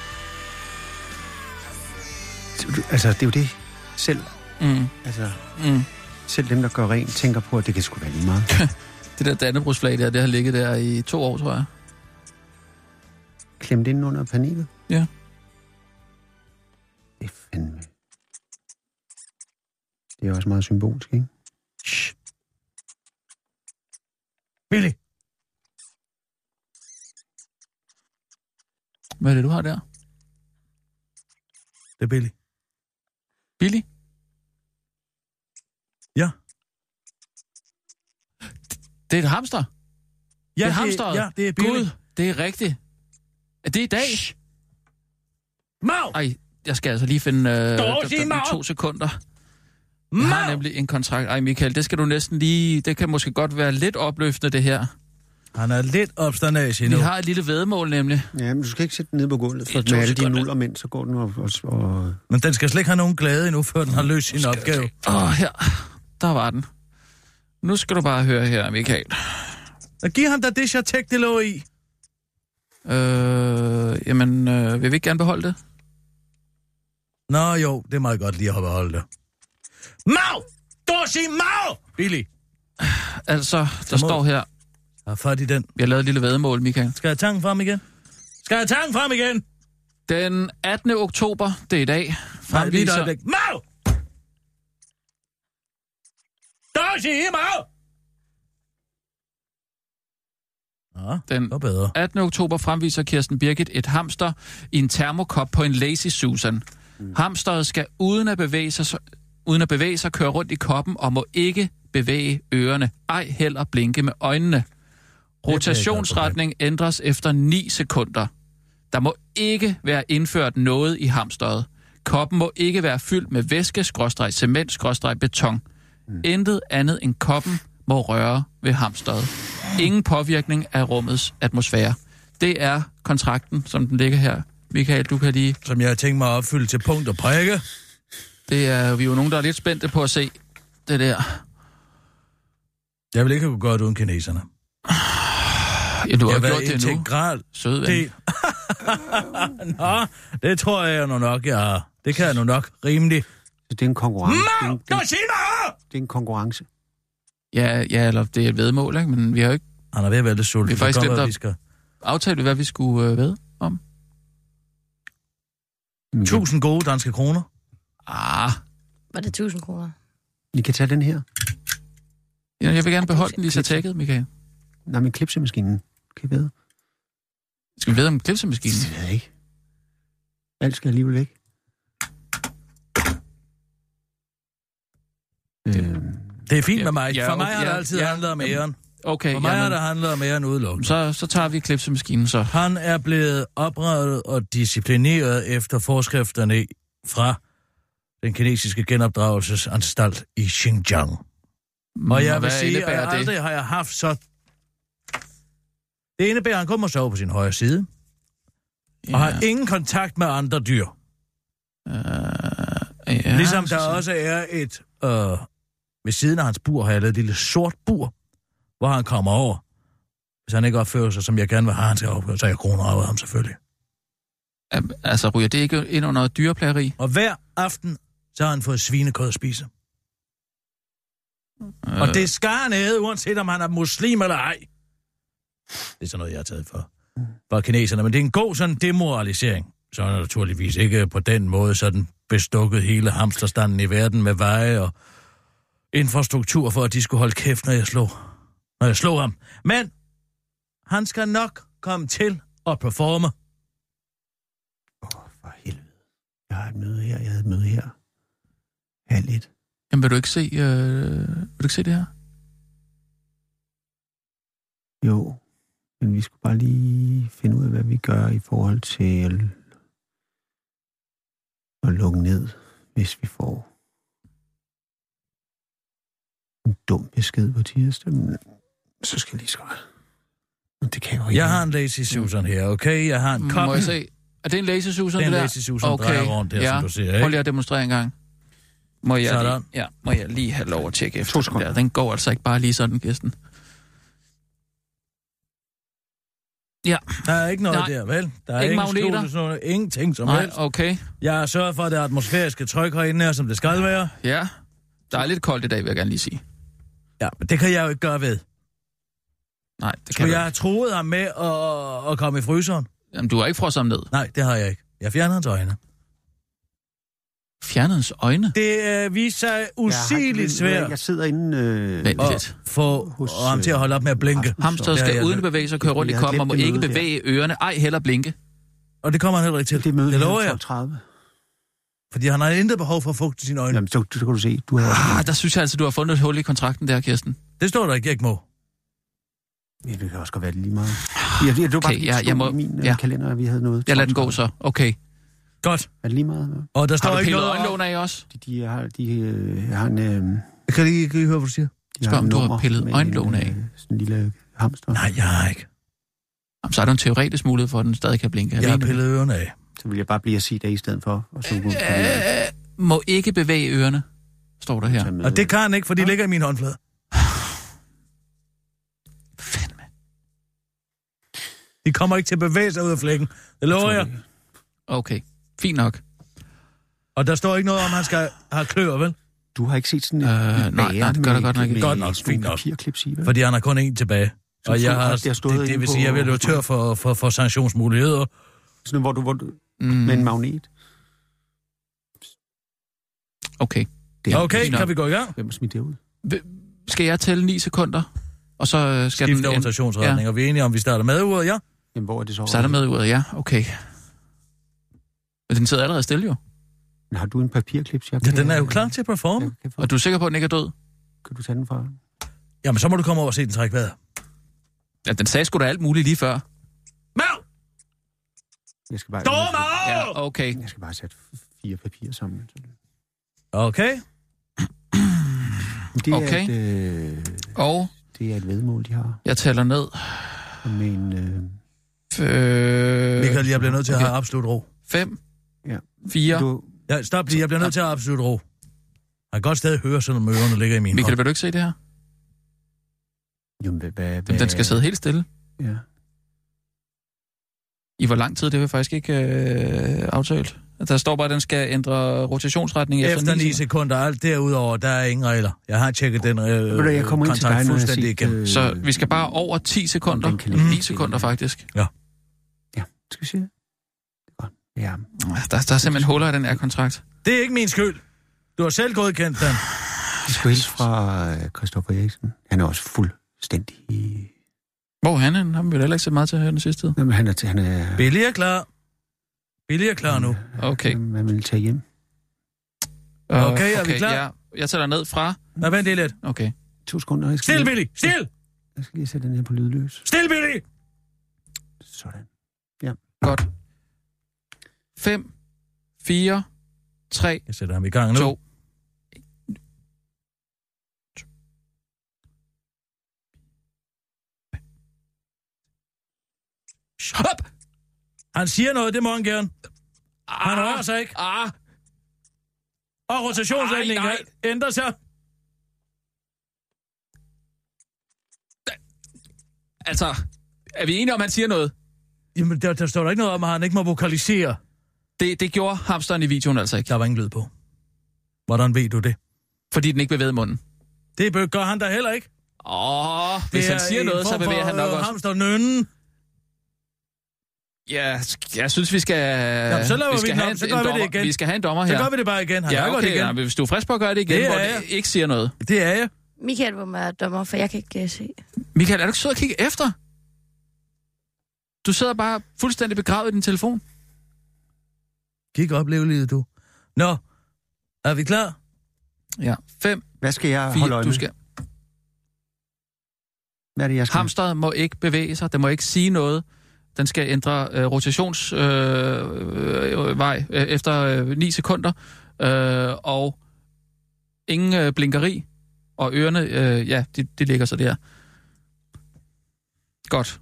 Altså, det er jo det selv. Mm. Altså, mm. selv dem, der gør rent, tænker på, at det kan sgu være lige meget. Det der dannebrugsflag der, det har ligget der i to år, tror jeg. Klemt ind under panelet? Ja. Det er fandme... Det er også meget symbolsk, ikke? Shh. Billy. Hvad er det, du har der? Det er Billy. Billy? Ja. Det er et hamster? Ja, det er hamsteret? Ja, det er Billy. Gud, det er rigtigt. Er det i dag? Shh. Mau! Ej, jeg skal altså lige finde øh, der, der, der, to sekunder. Jeg har nemlig en kontrakt. Ej, Michael, det skal du næsten lige... Det kan måske godt være lidt opløftende, det her. Han er lidt opstandage nu. Vi har et lille væddemål, nemlig. Ja, men du skal ikke sætte den ned på gulvet, for med alle de nuller mænd, så går den og, og, og... Men den skal slet ikke have nogen glæde endnu, før den har løst sin opgave. Åh, oh, her. Der var den. Nu skal du bare høre her, Michael. Og giv ham da det chatek, det lå i. Øh, jamen, øh, vil vi ikke gerne beholde det? Nå jo, det er meget godt lige at beholde det. Mau! Dorsi, Mau! Billy. Altså, der må... står her... Jeg har fat i den. Vi har lavet et lille væddemål, Michael. Skal jeg tangen frem igen? Skal jeg tangen frem igen? Den attende oktober, det er i dag, fremviser... Nej, lige Mau! Dorsi, Mau! Ja, den bedre. attende oktober fremviser Kirsten Birgit et hamster i en termokop på en Lazy Susan. Mm. Hamsteret skal uden at bevæge sig, uden at bevæge sig køre rundt i koppen og må ikke bevæge ørerne, ej heller blinke med øjnene. Rotationsretning ændres efter ni sekunder. Der må ikke være indført noget i hamsteret. Koppen må ikke være fyldt med væske, skråstreg, cement, skråstreg, beton. Mm. Intet andet end koppen må røre ved hamsteret. Ingen påvirkning af rummets atmosfære. Det er kontrakten, som den ligger her. Michael, du kan lige... Som jeg har tænkt mig at opfylde til punkt og prikke. Det er vi er jo nogen, der er lidt spændte på at se det der. Jeg vil ikke kunne gøre det uden kineserne. Ja, du har jeg gjort det nu. Integral. Sød ven. Det... Nå, det tror jeg nu nok, jeg har. Det kan jeg nu nok rimelig det er en konkurrence. Det er en, det, Nå, er, sig mig! det er en konkurrence. Ja, ja, eller det er et vedmål, ikke? Men vi har jo ikke Han er ved at være lidt sulten. Vi har faktisk Det kommer, glemt at- vi skal... aftalt, hvad vi skulle øh, ved om. Tusind gode danske kroner. Ah, Var det tusind kroner? I kan tage den her. ja, jeg vil gerne beholde den lige så tækket, Michael. Nej, men klipsemaskinen. Kan I ved? Skal vi vide om klipsemaskinen? Det ved jeg ikke. Alt skal alligevel væk. Øhm, Det er fint Ja, med mig. ja, For mig har ja, det altid ja, handlet om æren. Okay, For mig har jamen, det handlet om æren udelukkende. så, så tager vi klipsemaskinen så. Han er blevet oprettet og disciplineret efter forskrifterne fra den kinesiske genopdragelsesanstalt i Xinjiang. Og jeg vil hvad sige, indebærer at det? aldrig har jeg haft så... Det indebærer, at han kommer og sover på sin højre side, og har ingen kontakt med andre dyr. Øh, ja, Ligesom så der siger- også er et... Øh, ved siden af hans bur har jeg lavet et lille sort bur, hvor han kommer over. Hvis han ikke opfører sig, som jeg gerne vil have, han skal opføre sig, jeg kroner af ham selvfølgelig. Al- Altså, ryger det ikke ind under dyreplageri? Og hver aften, så har han fået svinekød at spise. Øh, Og det skal han æde, uanset om han er muslim eller ej. Det er sådan noget, jeg har taget for, for kineserne. Men det er en god sådan demoralisering. Så er det naturligvis ikke på den måde sådan bestukket hele hamsterstanden i verden med veje og infrastruktur for, at de skulle holde kæft, når jeg slog, når jeg slog ham. Men han skal nok komme til at performe. Åh, oh, for helvede. Jeg har et møde her, jeg havde et møde her. Halv et. Jamen, vil du ikke se, øh, vil du ikke se det her? Jo, men vi skulle bare lige finde ud af, hvad vi gør i forhold til at, at lukke ned, hvis vi får en dum besked på tirsdag. Men så skal jeg lige skrive. Det kan jeg jo ikke. Jeg har en Lazy Susan her, okay? Jeg har en kop. Må jeg se? Er det en Lazy Susan, Det er en det der? Lazy Susan, der drejer rundt der, som du siger, ikke? Prøv lige at demonstrere en gang. Må jeg, Sådan. lige, ja, må jeg lige have lov at tjekke efter To den sekunder. der. Den går altså ikke bare lige sådan, Kirsten. Ja, Der er ikke noget Nej. der, vel? Der er Ingen ingen magneter? studie, sådan noget, ingenting som nej, helst. okay. Jeg har sørget for, at det atmosfæriske tryk herinde her, som det skal være. Ja, der er lidt koldt i dag, vil jeg gerne lige sige. Ja, men det kan jeg jo ikke gøre ved. Nej, det kan Skulle du jeg ikke. have troet ham med at, at komme i fryseren? Jamen, du har ikke frosset ham ned. Nej, det har jeg ikke. Jeg fjerner hans øjne. Fjernet hans øjne. Det øh, viser sig usigeligt svært Jeg sidder inde... Øh, Vent at lidt. få Hos, og ham til at holde op med at blinke. Hamster Det har skal jeg- uden at bevæge sig køre rundt i Jeg har kommen og må glemt det ikke møde der. bevæge ørerne. Ej, heller blinke. Og det kommer han heller ikke til. det møde det lover her jeg. tolv tredive. Fordi han har intet behov for at fugte sine øjne. Jamen, så, så kan du se. Du har Ah, der synes jeg altså, du har fundet et hul i kontrakten der, Kirsten. Det står der ikke, jeg ikke må. Ja, det kan også godt være det lige meget. Jeg, jeg, det var bare, Okay, okay, jeg- jeg, jeg må- i min ja. ja. kalender, at vi havde noget. Jeg lader den gå tolv tredive. så. Okay. Godt. Er det lige meget? Og der står Har du ikke pillet noget om... øjenlågen af også? De, de, har, de øh, har en... Øh, Kan I ikke kan I høre, hvad du siger? de Spørg, om et du har nummer pillet med en, øjenlågen af. øh, Sådan en lille hamster. Nej, jeg har ikke. Jamen, så er der en teoretisk mulighed for, at den stadig kan blinke. Jeg har Alene. pillet ørerne af. Så vil jeg bare blive at sige det i stedet for. Og så kunne Øh, må ikke bevæge ørerne, står der her. Og det kan han ikke, for de ligger i min håndflade. Fandme. De kommer ikke til at bevæge sig ud af flækken. Det lover jeg. Okay, fint nok. Og der står ikke noget om, at han skal have klør, vel? Du har ikke set sådan et, Øh, et nej, bære nej, det gør med- der godt nok ikke. med Godt nok, sådan nogle fint nok. papirklips i, vel? Fordi han har kun én tilbage. Så Og jeg to- har, det har stået det, det inde vil på- sige, at jeg vil løbe tør for, for, for sanktionsmuligheder. Sådan, hvor du, hvor du Mm, med en magnet. okay. Det er Okay, fint kan nok. vi gå i gang? Hvem har smidt det ud? Skal jeg tælle ni sekunder? Og så øh, skal Skifte den... orientationsretning, og vi er enige om, at vi starter med uret, ja? Jamen, hvor er det så? Så er der med uret, ja. Okay. Men den sidder allerede stille jo. Men har du en papirklips? Jeg Ja, kan- den er jo klar til at performe. jeg kan få- Og du er sikker på, at den ikke er død? Kan du tage den fra? Jamen, så må du komme over og se den trække vejret. Ja, den sagde sgu da alt muligt lige før. Mav! Jeg skal bare... Stormer! Ja, okay. Jeg skal bare sætte fire papirer sammen. Okay. Det er, Okay. et, øh, Og det er et vedmål, de har. jeg tæller ned. Med en... Øh, Øh, Michael, jeg bliver nødt til at okay. have absolut ro. Fem, ja. fire. Du, Ja, stop lige. Jeg bliver nødt til at have absolut ro. Jeg kan godt stadig høre, sådan at ørerne ligger i min Michael, hånd. vil du ikke se det her? jamen, hvad, hvad, Den, den skal sidde helt stille. Ja. I hvor lang tid, det har vi faktisk ikke øh, aftalt. Der står bare, at den skal ændre rotationsretning efter, Efter ni sekunder. Alt derudover, der er ingen regler. Jeg har tjekket den øh, jeg kommer ind til dig, kontrakt når jeg fuldstændig set, igennem. øh, Så vi skal bare over ti sekunder. den kan ligge. ni sekunder faktisk. Ja, skal vi se det? Godt. Ja. Der, der er simpelthen huller i den her kontrakt. Det er ikke min skyld. Du har selv godkendt den. Jeg skulle hilse fra Christoffer Eriksen. Han er også fuldstændig... Hvor er han? Han har vi jo heller ikke set meget til her den sidste tid. Jamen, han er... til- Han er Billy er klar. Billy er klar nu. Okay. Han, han vil tage hjem. Øh, Okay, er vi klar? Ja, jeg tæller ned fra... Nå, vent lige lidt. Okay. To sekunder. Jeg skal Stil, lige, Billy! Stil! Jeg skal lige sætte den her på lydløs. Stil, Billy! Sådan. Godt. fem, fire, tre, Jeg sætter ham i gang nu. to. Hop! Han siger noget, det må han gerne. Han rører sig ikke. Ah, Og rotationslægningen Nej, ændrer sig. altså, er vi enige om, at han siger noget? Jamen, der, der står der ikke noget om, at han ikke må vokalisere. Det, det gjorde hamsteren i videoen altså ikke. Der var ingen lyd på. Hvordan ved du det? Fordi den ikke bevægede munden. Det gør han da heller ikke. Åh, hvis han siger noget, så bevæger han nok også. Hamster nønnen. Ja, jeg synes, vi skal, Jamen, så laver vi vi skal den have om. en, Så en gør vi det dommer. igen. Vi skal have en dommer Så her. gør vi det bare igen. Han Ja, gør det okay, igen. ja, hvis du er frisk på at gøre det igen, Det hvor er jeg. det ikke siger noget. Det er jeg. Michael må være dommer, for jeg kan ikke uh, se. Michael, er du ikke sød at kigge efter? Du sidder bare fuldstændig begravet i din telefon. Kig op, lev livet, du. Nå, er vi klar? Ja, fem, Hvad skal jeg holde fire, øje du med? skal... Hvad er det, jeg skal... Hamsteret må ikke bevæge sig, den må ikke sige noget. Den skal ændre øh, rotationsvej øh, øh, vej, øh, efter øh, ni sekunder, øh, og ingen øh, blinkeri, og ørerne, øh, ja, de, de ligger så der. Godt.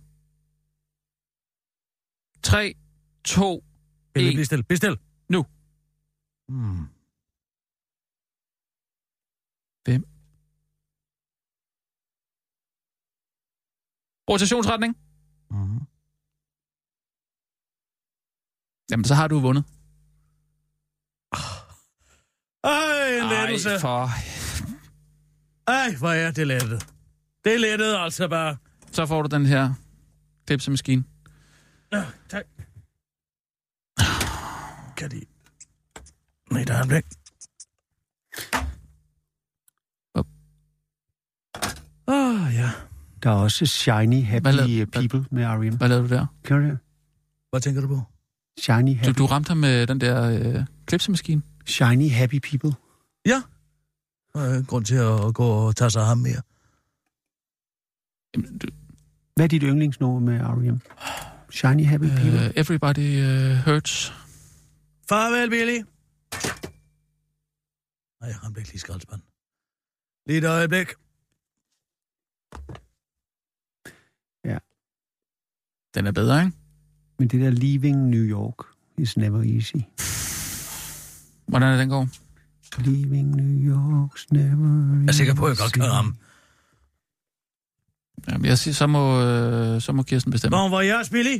tre, to, en. Bestil, bestil. Nu. Hmm. fem. Rotationsretning. Mm-hmm. Jamen, så har du vundet. Ej, en Ej, lettelse. for... Ej, hvor er det lettet. Det er lettet altså bare. Så får du den her klipsemaskine. Ja, tak. Kan de... Nej, der er en blik. Åh, oh, ja. Der er også Shiny Happy Hvad lavede- People med R E M. Hvad lavede du der? Kan du det? Hvad tænker du på? Shiny Du, Happy, du ramte ham med den der øh, klipsemaskine. Shiny Happy People. Ja. Der er ingen grund til at gå og tage sig af ham mere. Jamen, du, Hvad er dit yndlingsnummer med R E M? Shiny Happy People. øh, everybody øh, hurts. Farvel, Billy. Nej, jeg ramte ikke lige skraldespanden. Lige et øjeblik. Den er bedre, ikke? Men det der Leaving New York is never easy. Hvordan er den går? Leaving New York's never easy. Jeg er sikker på, at jeg godt kan ramme. Jamen, jeg siger, så må, øh, så må Kirsten bestemme. Bon voyage, Billy.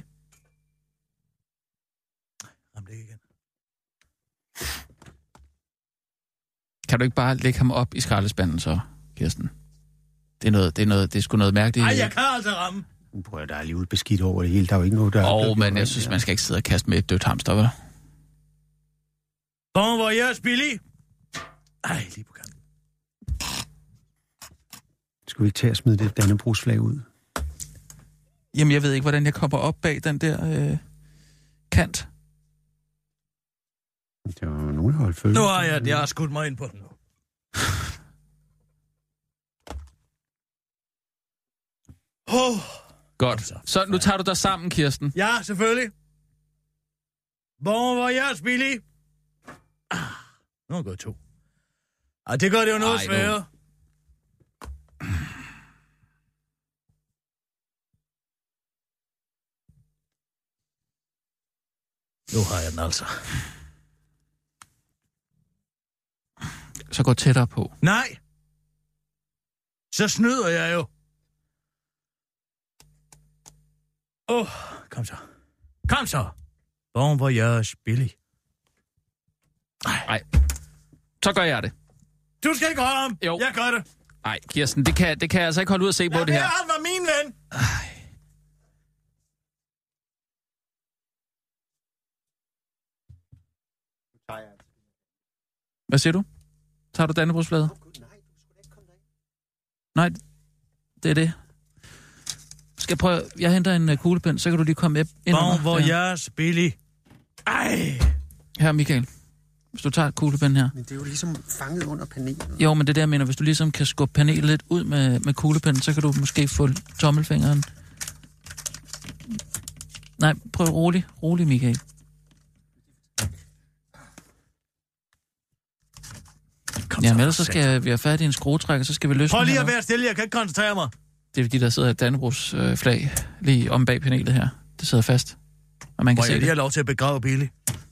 Ramte ikke igen. Kan du ikke bare lægge ham op i skraldespanden, så, Kirsten? Det er noget, det er noget, det er sgu noget mærkeligt. Ej, jeg kan altså ramme. Prøv at der er alligevel beskidt over det hele. Der er jo ikke noget, der... Åh, der- oh, men jeg synes, man skal ikke sidde og kaste med et dødt hamster, vel? Bon voyage, Billy. Ej, lige på kanten. Skal vi ikke tage og smide det Dannebrogsflag ud? Jamen, jeg ved ikke, hvordan jeg kommer op bag den der øh, kant. Det var jo nogen, der holdt følge. Nu har jeg, jeg har skudt mig ind på den nu. Oh. Godt. Så nu tager du dig sammen, Kirsten. Ja, selvfølgelig. Bon voyage, Billy. Ah, nu er jeg gået to. Ej, det gør det jo noget Ej, nu. sværere. Nu har jeg den altså. Så gå tættere på. Nej. Så snyder jeg jo. Åh, oh, kom så. Kom så. Bon voyage, Billy. Nej. Så gør jeg det. Du skal ikke holde ham. Jo. Jeg gør det. Nej, Kirsten, det kan, det kan jeg altså ikke holde ud at se på ja, det her. Han var min ven. Ej. Hvad siger du? Tager du dannebrugsflaget? Nej, det er det. Skal jeg prøve... Jeg henter en uh, kuglepen, så kan du lige komme ind. Bon voyage, Billy. Ej. Her, Michael. Hvis du tager kuglepen her. Men det er jo ligesom fanget under panelet. Jo, men det der, jeg mener, hvis du ligesom kan skubbe panelet lidt ud med, med kuglepinden, så kan du måske få tommelfingeren. Nej, prøv rolig. Rolig, Michael. Kom ja, men ellers så skal vi have fat i en skruetrækker, så skal vi løsne. Prøv lige at være stille, jeg kan ikke koncentrere mig. Det er fordi, der sidder et Dannebrogs øh, flag lige om bag panelet her. Det sidder fast. Og man kan Må se jeg lige det. have lov til at begrave Billy?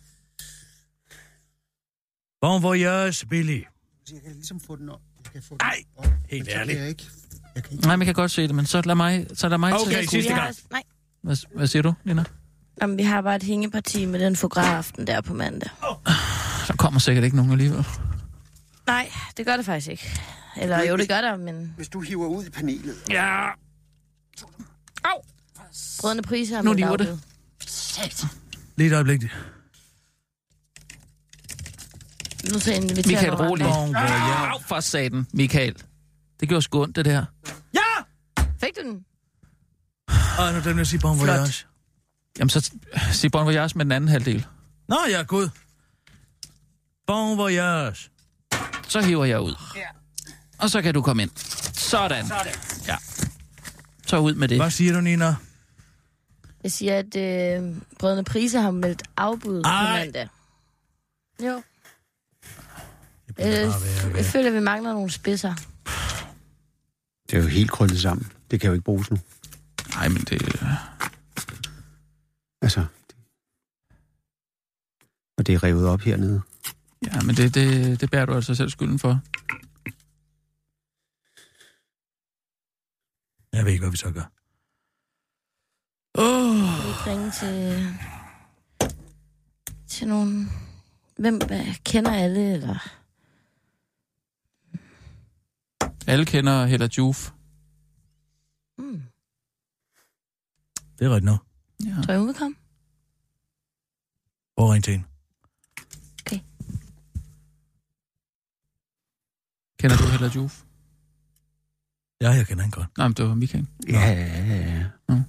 Bon voyage, Billy. Jeg kan ligesom få den op. Jeg kan få den Ej, op. helt Men så ærligt. kan jeg ikke. Jeg kan ikke. Nej, man kan godt se det, men så lad mig, så lad mig Okay, til. sidste gang. Nej. Hvad, hvad siger du, Lina? Jamen, vi har bare et hængeparti med den fotograften der på mandag. Der kommer sikkert ikke nogen alligevel. Nej, det gør det faktisk ikke. Eller jo, det gør der, men... Hvis du hiver ud i panelet. Ja. Au! Brødende priser har Nu meldt lever det. afbud. Satan. Lige et øjeblik. Nu så inviterer Michael, nogle rolig. andre. Bon voyage. Au, for satan, Michael. Det gjorde sgu ondt, det der. Ja! Fik du den? Ej, nu den vil jeg sige bon voyage. Jamen, så sig bon voyage med den anden halvdel. Nå, ja, gud. Bon voyage. Så hiver jeg ud. Ja. Og så kan du komme ind. Sådan. Sådan. Ja. Så ud med det. Hvad siger du, Nina? Jeg siger, at øh, Brødende priser har meldt afbud på Ej. mandag. Jo. Det bliver Øh, bare værre og jeg føler, at vi mangler nogle spidser. Det er jo helt krøllet sammen. Det kan jo ikke bruges nu. Nej, men det... Altså. Og det er revet op hernede. Ja, men det, det, det bærer du altså selv skylden for. Jeg ved ikke, hvad vi så gør. Åh. Kan vi ikke ringe til... til nogen... Hvem hvad, kender alle, eller... Alle kender Hella Juf. Hmm. Det er rigtigt nu. Ja. Tror jeg, hun vil komme? Prøv at ringe til hende. Okay. Kender du Hella Juf? Ja, jeg kender hende godt. Nej, men det var Michael. Ja, ja, ja. Mm.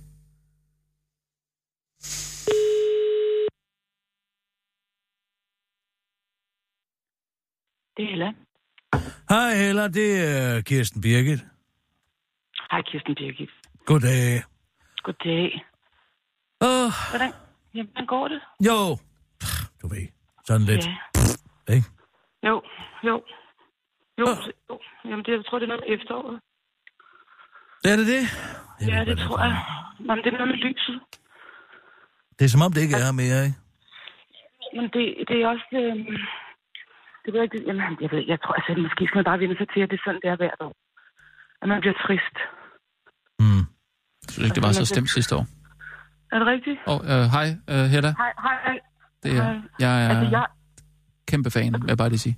Det er Hella. Hej Hella, det er Kirsten Birgit. Hej Kirsten Birgit. Goddag. Goddag. Åh, Hvordan, jamen, hvordan går det? jo. Du ved, sådan lidt. Ja. Ikke? Jo, jo. Jo, Åh. jo. Jamen, det, jeg tror, det er noget med efteråret. Er det det? Jeg Ja, ved, det hvad tror er. jeg. Nå, men det er noget med lyset. Det er som om, det ikke er mere, ikke? Men det, det er også... Øh, det ved jeg ikke... Jamen, jeg ved, jeg tror, altså, måske skal man bare vende sig til, at det er sådan, det er hvert år. At man bliver trist. Mm. Jeg synes ikke, det var så stemt sidste år. Er det rigtigt? Og øh, hej, øh, Hella. Hej, hej, hej. Det er, Hej. jeg er Altså, jeg... kæmpe fan, vil jeg bare lige sige.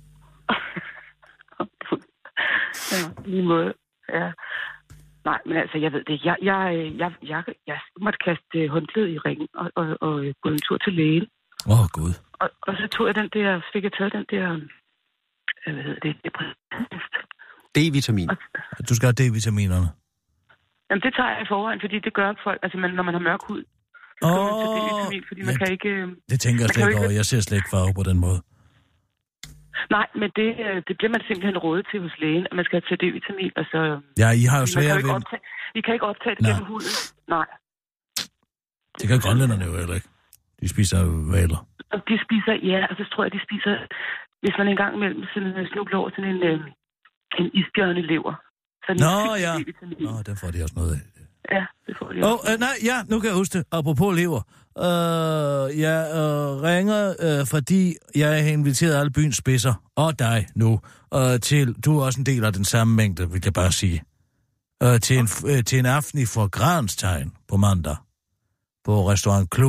Ja, lige måde. Ja. Nej, men altså, jeg ved det. Jeg, jeg, jeg, jeg, jeg måtte kaste håndklædet i ringen og, og, og gå en tur til lægen. Åh, oh, Gud. Og, og så tog jeg den der, så fik jeg taget den der, hvad hedder det, det D-vitamin. Du skal have D-vitaminerne. Jamen, det tager jeg i forvejen, fordi det gør folk, altså man, når man har mørk hud, så skal man tage D-vitamin, fordi man ja, kan ikke... Det tænker jeg man slet kan ikke ikke- over. Jeg ser slet ikke farve på den måde. Nej, men det, det bliver man simpelthen rådet til hos lægen, at man skal tage D-vitamin, og så... Ja, I har jo man kan svære jo ikke ved... optage, vi kan ikke optage det Nej. gennem huden. Nej. Det kan grønlænderne jo heller ikke. De spiser valer. Og de spiser, ja, og så tror jeg, de spiser, hvis man engang imellem sådan snubler over sådan en, øh, en isbjørnelever. Så er den Nå, fyldt med ja. D-vitamin. Nå, den får de også noget af. Ja, det får de Åh, også. oh, øh, nej, ja, nu kan jeg huske det. Apropos lever. Øh, jeg øh, ringer, øh, fordi jeg har inviteret alle byens spidser, og dig nu, øh, til, du er også en del af den samme mængde, vil jeg bare sige, øh, til, en, øh, til en aften i Forgranstegn på mandag, på Restaurant Clou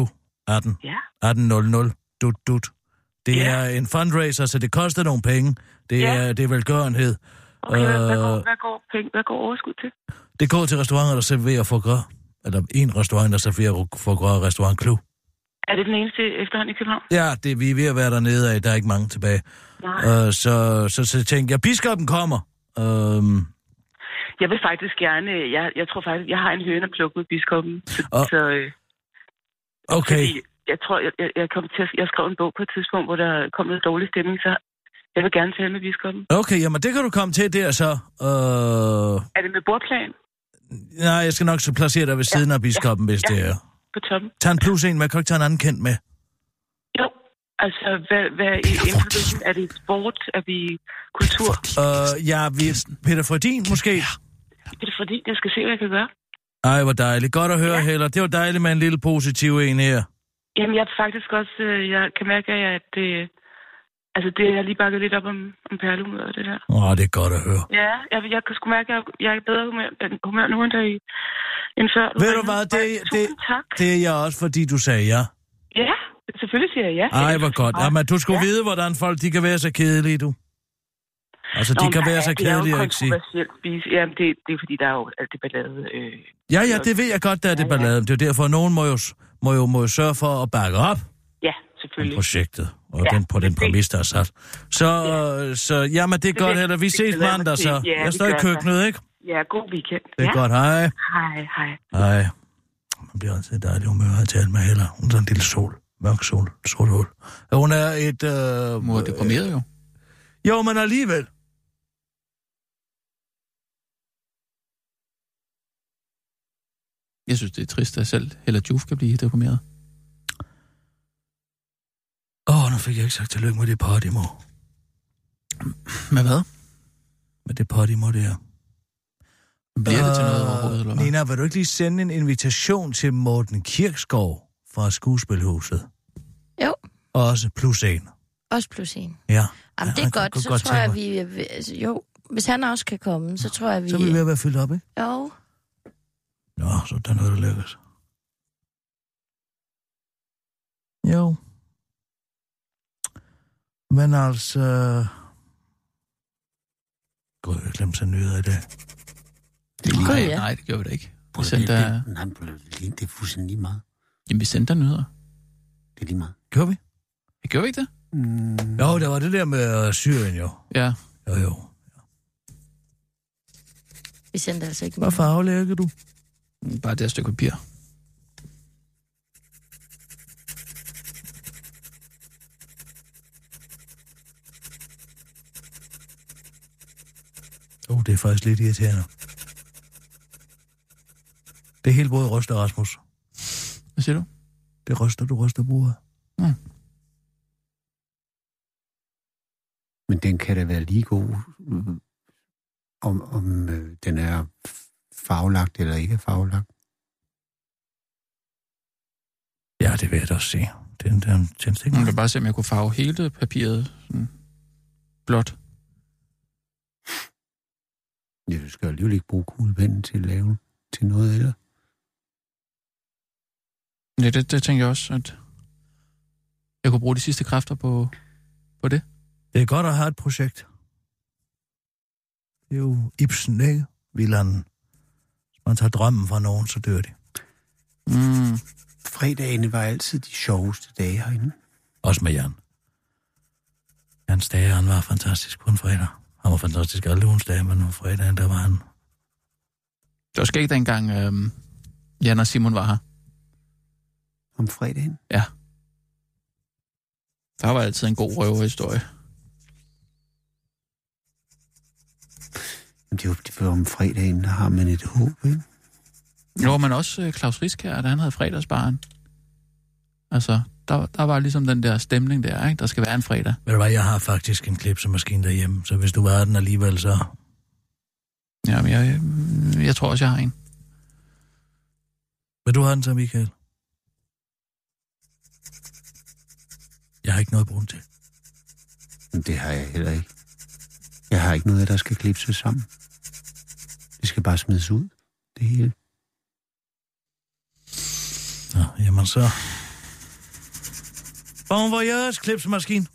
atten. Ja. atten nul nul. Dut, dut. Det Ja. er en fundraiser, så det koster nogle penge. Det Ja. er, det er velgørenhed. Okay, hvad, hvad, går, Øh, hvad, går penge, hvad går overskud til? Det går til restauranter, der serverer foie gras. Eller en restaurant, der serverer foie gras, Restaurant Clou. Er det den eneste efterhånd i København? Ja, det, vi er ved at være dernede af. Der er ikke mange tilbage. Nej. Uh, så, så, så tænkte jeg, biskoppen kommer. Um, Jeg vil faktisk gerne... Jeg, jeg tror faktisk, jeg har en høne at plukke med biskoppen. Så, Og- så, øh, okay. fordi jeg tror, jeg, jeg, jeg, kom til at, jeg skrev en bog på et tidspunkt, hvor der kom noget dårlig stemning, så jeg vil gerne tale med biskoppen. Okay, jamen det kan du komme til der så. Uh, Er det med bordplan nej, jeg skal nok så placere dig ved siden Ja, af biskoppen, ja, hvis ja. det er. på toppen? Tag en plus en med, kan du ikke tage en anden kendt med? Jo, altså, hvad, hvad er information? Er det sport? Er vi kultur? Uh, ja, vi Peter Fredin måske? Det er fordi, jeg skal se, hvad jeg kan gøre. Ej, hvor dejligt. Godt at høre, Ja. Heller. Det var dejligt med en lille positiv en her. Jamen, jeg er faktisk også... øh, Jeg kan mærke, at det... Altså, det er lige bakket lidt op om, om perlemøder, det der. Åh, oh, det er godt at høre. Ja, jeg, jeg kan sgu mærke, at jeg, jeg er i bedre humør, humør nu, end, der i, end før. Ved du hvad, det, det, Tusind tak. det er jeg også, fordi du sagde ja. Ja, selvfølgelig siger jeg ja. Ej, hvor godt. Jamen, du skulle Ja. vide, hvordan folk de kan være så kedelige, du. Altså, de Nå, kan men være ja, så det er jo kedelige, ikke sige. kontroversielt spise. Jamen, det, det er fordi, der er jo alt det ballade. Øh, Ja, ja, det ved jeg godt, der er det Ja, ja. ballade. Det er jo derfor, at nogen må jo, må jo, må jo sørge for at bakke op ja, om selvfølgelig. projektet, og Ja, den, på den det- præmis, der er sat. Så, ja. så jamen, det er Det godt, vil- Heller. Vi det ses glæder jeg mig mandag, til. så. Ja, Jeg vi står i gør køkkenet, ikke? Ja, god weekend. Det er ja. godt, hej. Hej, hej. Hej. Man bliver altid dejlig humør at tale med Heller. Hun er sådan en lille sol. Mørk sol. Sort hul. Og hun er et... Øh, Mor er deprimeret jo. Jo, men alligevel. Jeg synes, det er trist, at selv Hella Juf kan blive deprimeret. Åh, oh, nu fik jeg ikke sagt tillykke med det Podimo. Med hvad? Med det Podimo der. Bliver det til noget overhovedet, eller hvad? Nina, vil du ikke lige sende en invitation til Morten Kirkskov fra Skuespilhuset? Jo, Også plus en. også plus en. Ja. Jamen, Ja, det er han kunne godt, så godt tror jeg, tænke vi... er ved- altså, jo, hvis han også kan komme, så tror jeg, vi... Så er vi ved at være fyldt op, ikke? Jo, Nå, så der er noget, der lykkes. Jo. Men altså... Gud, jeg glemte sig nyheder i dag. Det er lige, Gud, Nej, ja. nej, det gør vi da ikke. Vi det, sendte, det, nej, det er fuldstændig lige meget. jamen, vi sendte nyheder. Det er lige meget. Gør vi? Vi gør vi ikke det? Mm. Jo, der var det der med uh, Syrien, jo. Ja. Jo, jo. vi sendte altså ikke Hvad farve lægger du? Bare det her stykke papir. Åh, oh, det er faktisk lidt irriterende. Det er helt både ryster, Rasmus. Hvad siger du? Det ryster, du ryster bordet. Mm. Men den kan da være lige god, mm, om, om øh, den er farvelagt eller ikke er farvelagt. Ja, det vil jeg da også se. Den der tændstik. Jeg kan bare se, om jeg kunne farve hele papiret sådan blåt. Ja, du skal alligevel ikke bruge kuglepennen til at lave til noget, eller? Ja, det, det tænker jeg også, at jeg kunne bruge de sidste kræfter på, på det. Det er godt at have et projekt. Det er jo Ibsen, ikke? Vildanden. Hvis man tager drømmen fra nogen, så dør de. Mm. Fredagene var altid de sjoveste dage herinde. Også med Jan. Jans dage, han var fantastisk på en fredag. Han var fantastisk alle ugens dage, men på fredagen, der var han... Det var skægt dengang, øhm, Jan og Simon var her. Om fredagen? Ja. Der var altid en god røverhistorie. Men det er jo det er jo om fredagen, der har man et håb, ikke? Jo, men også øh, Claus Riskær, da han havde fredagsbaren. Altså, der, der var ligesom den der stemning der, ikke? Der skal være en fredag. Ved du hvad, jeg har faktisk en klipsemaskine derhjemme, så hvis du var den alligevel, så... Jamen, jeg, jeg tror også, jeg har en. Vil du have den så, Michael? Jeg har ikke noget brug til. Men det har jeg heller ikke. Jeg har ikke noget, der skal klipses sammen. Det skal bare smides ud. Det hele. Nå, jamen så... Bon voyage, klipsemaskine.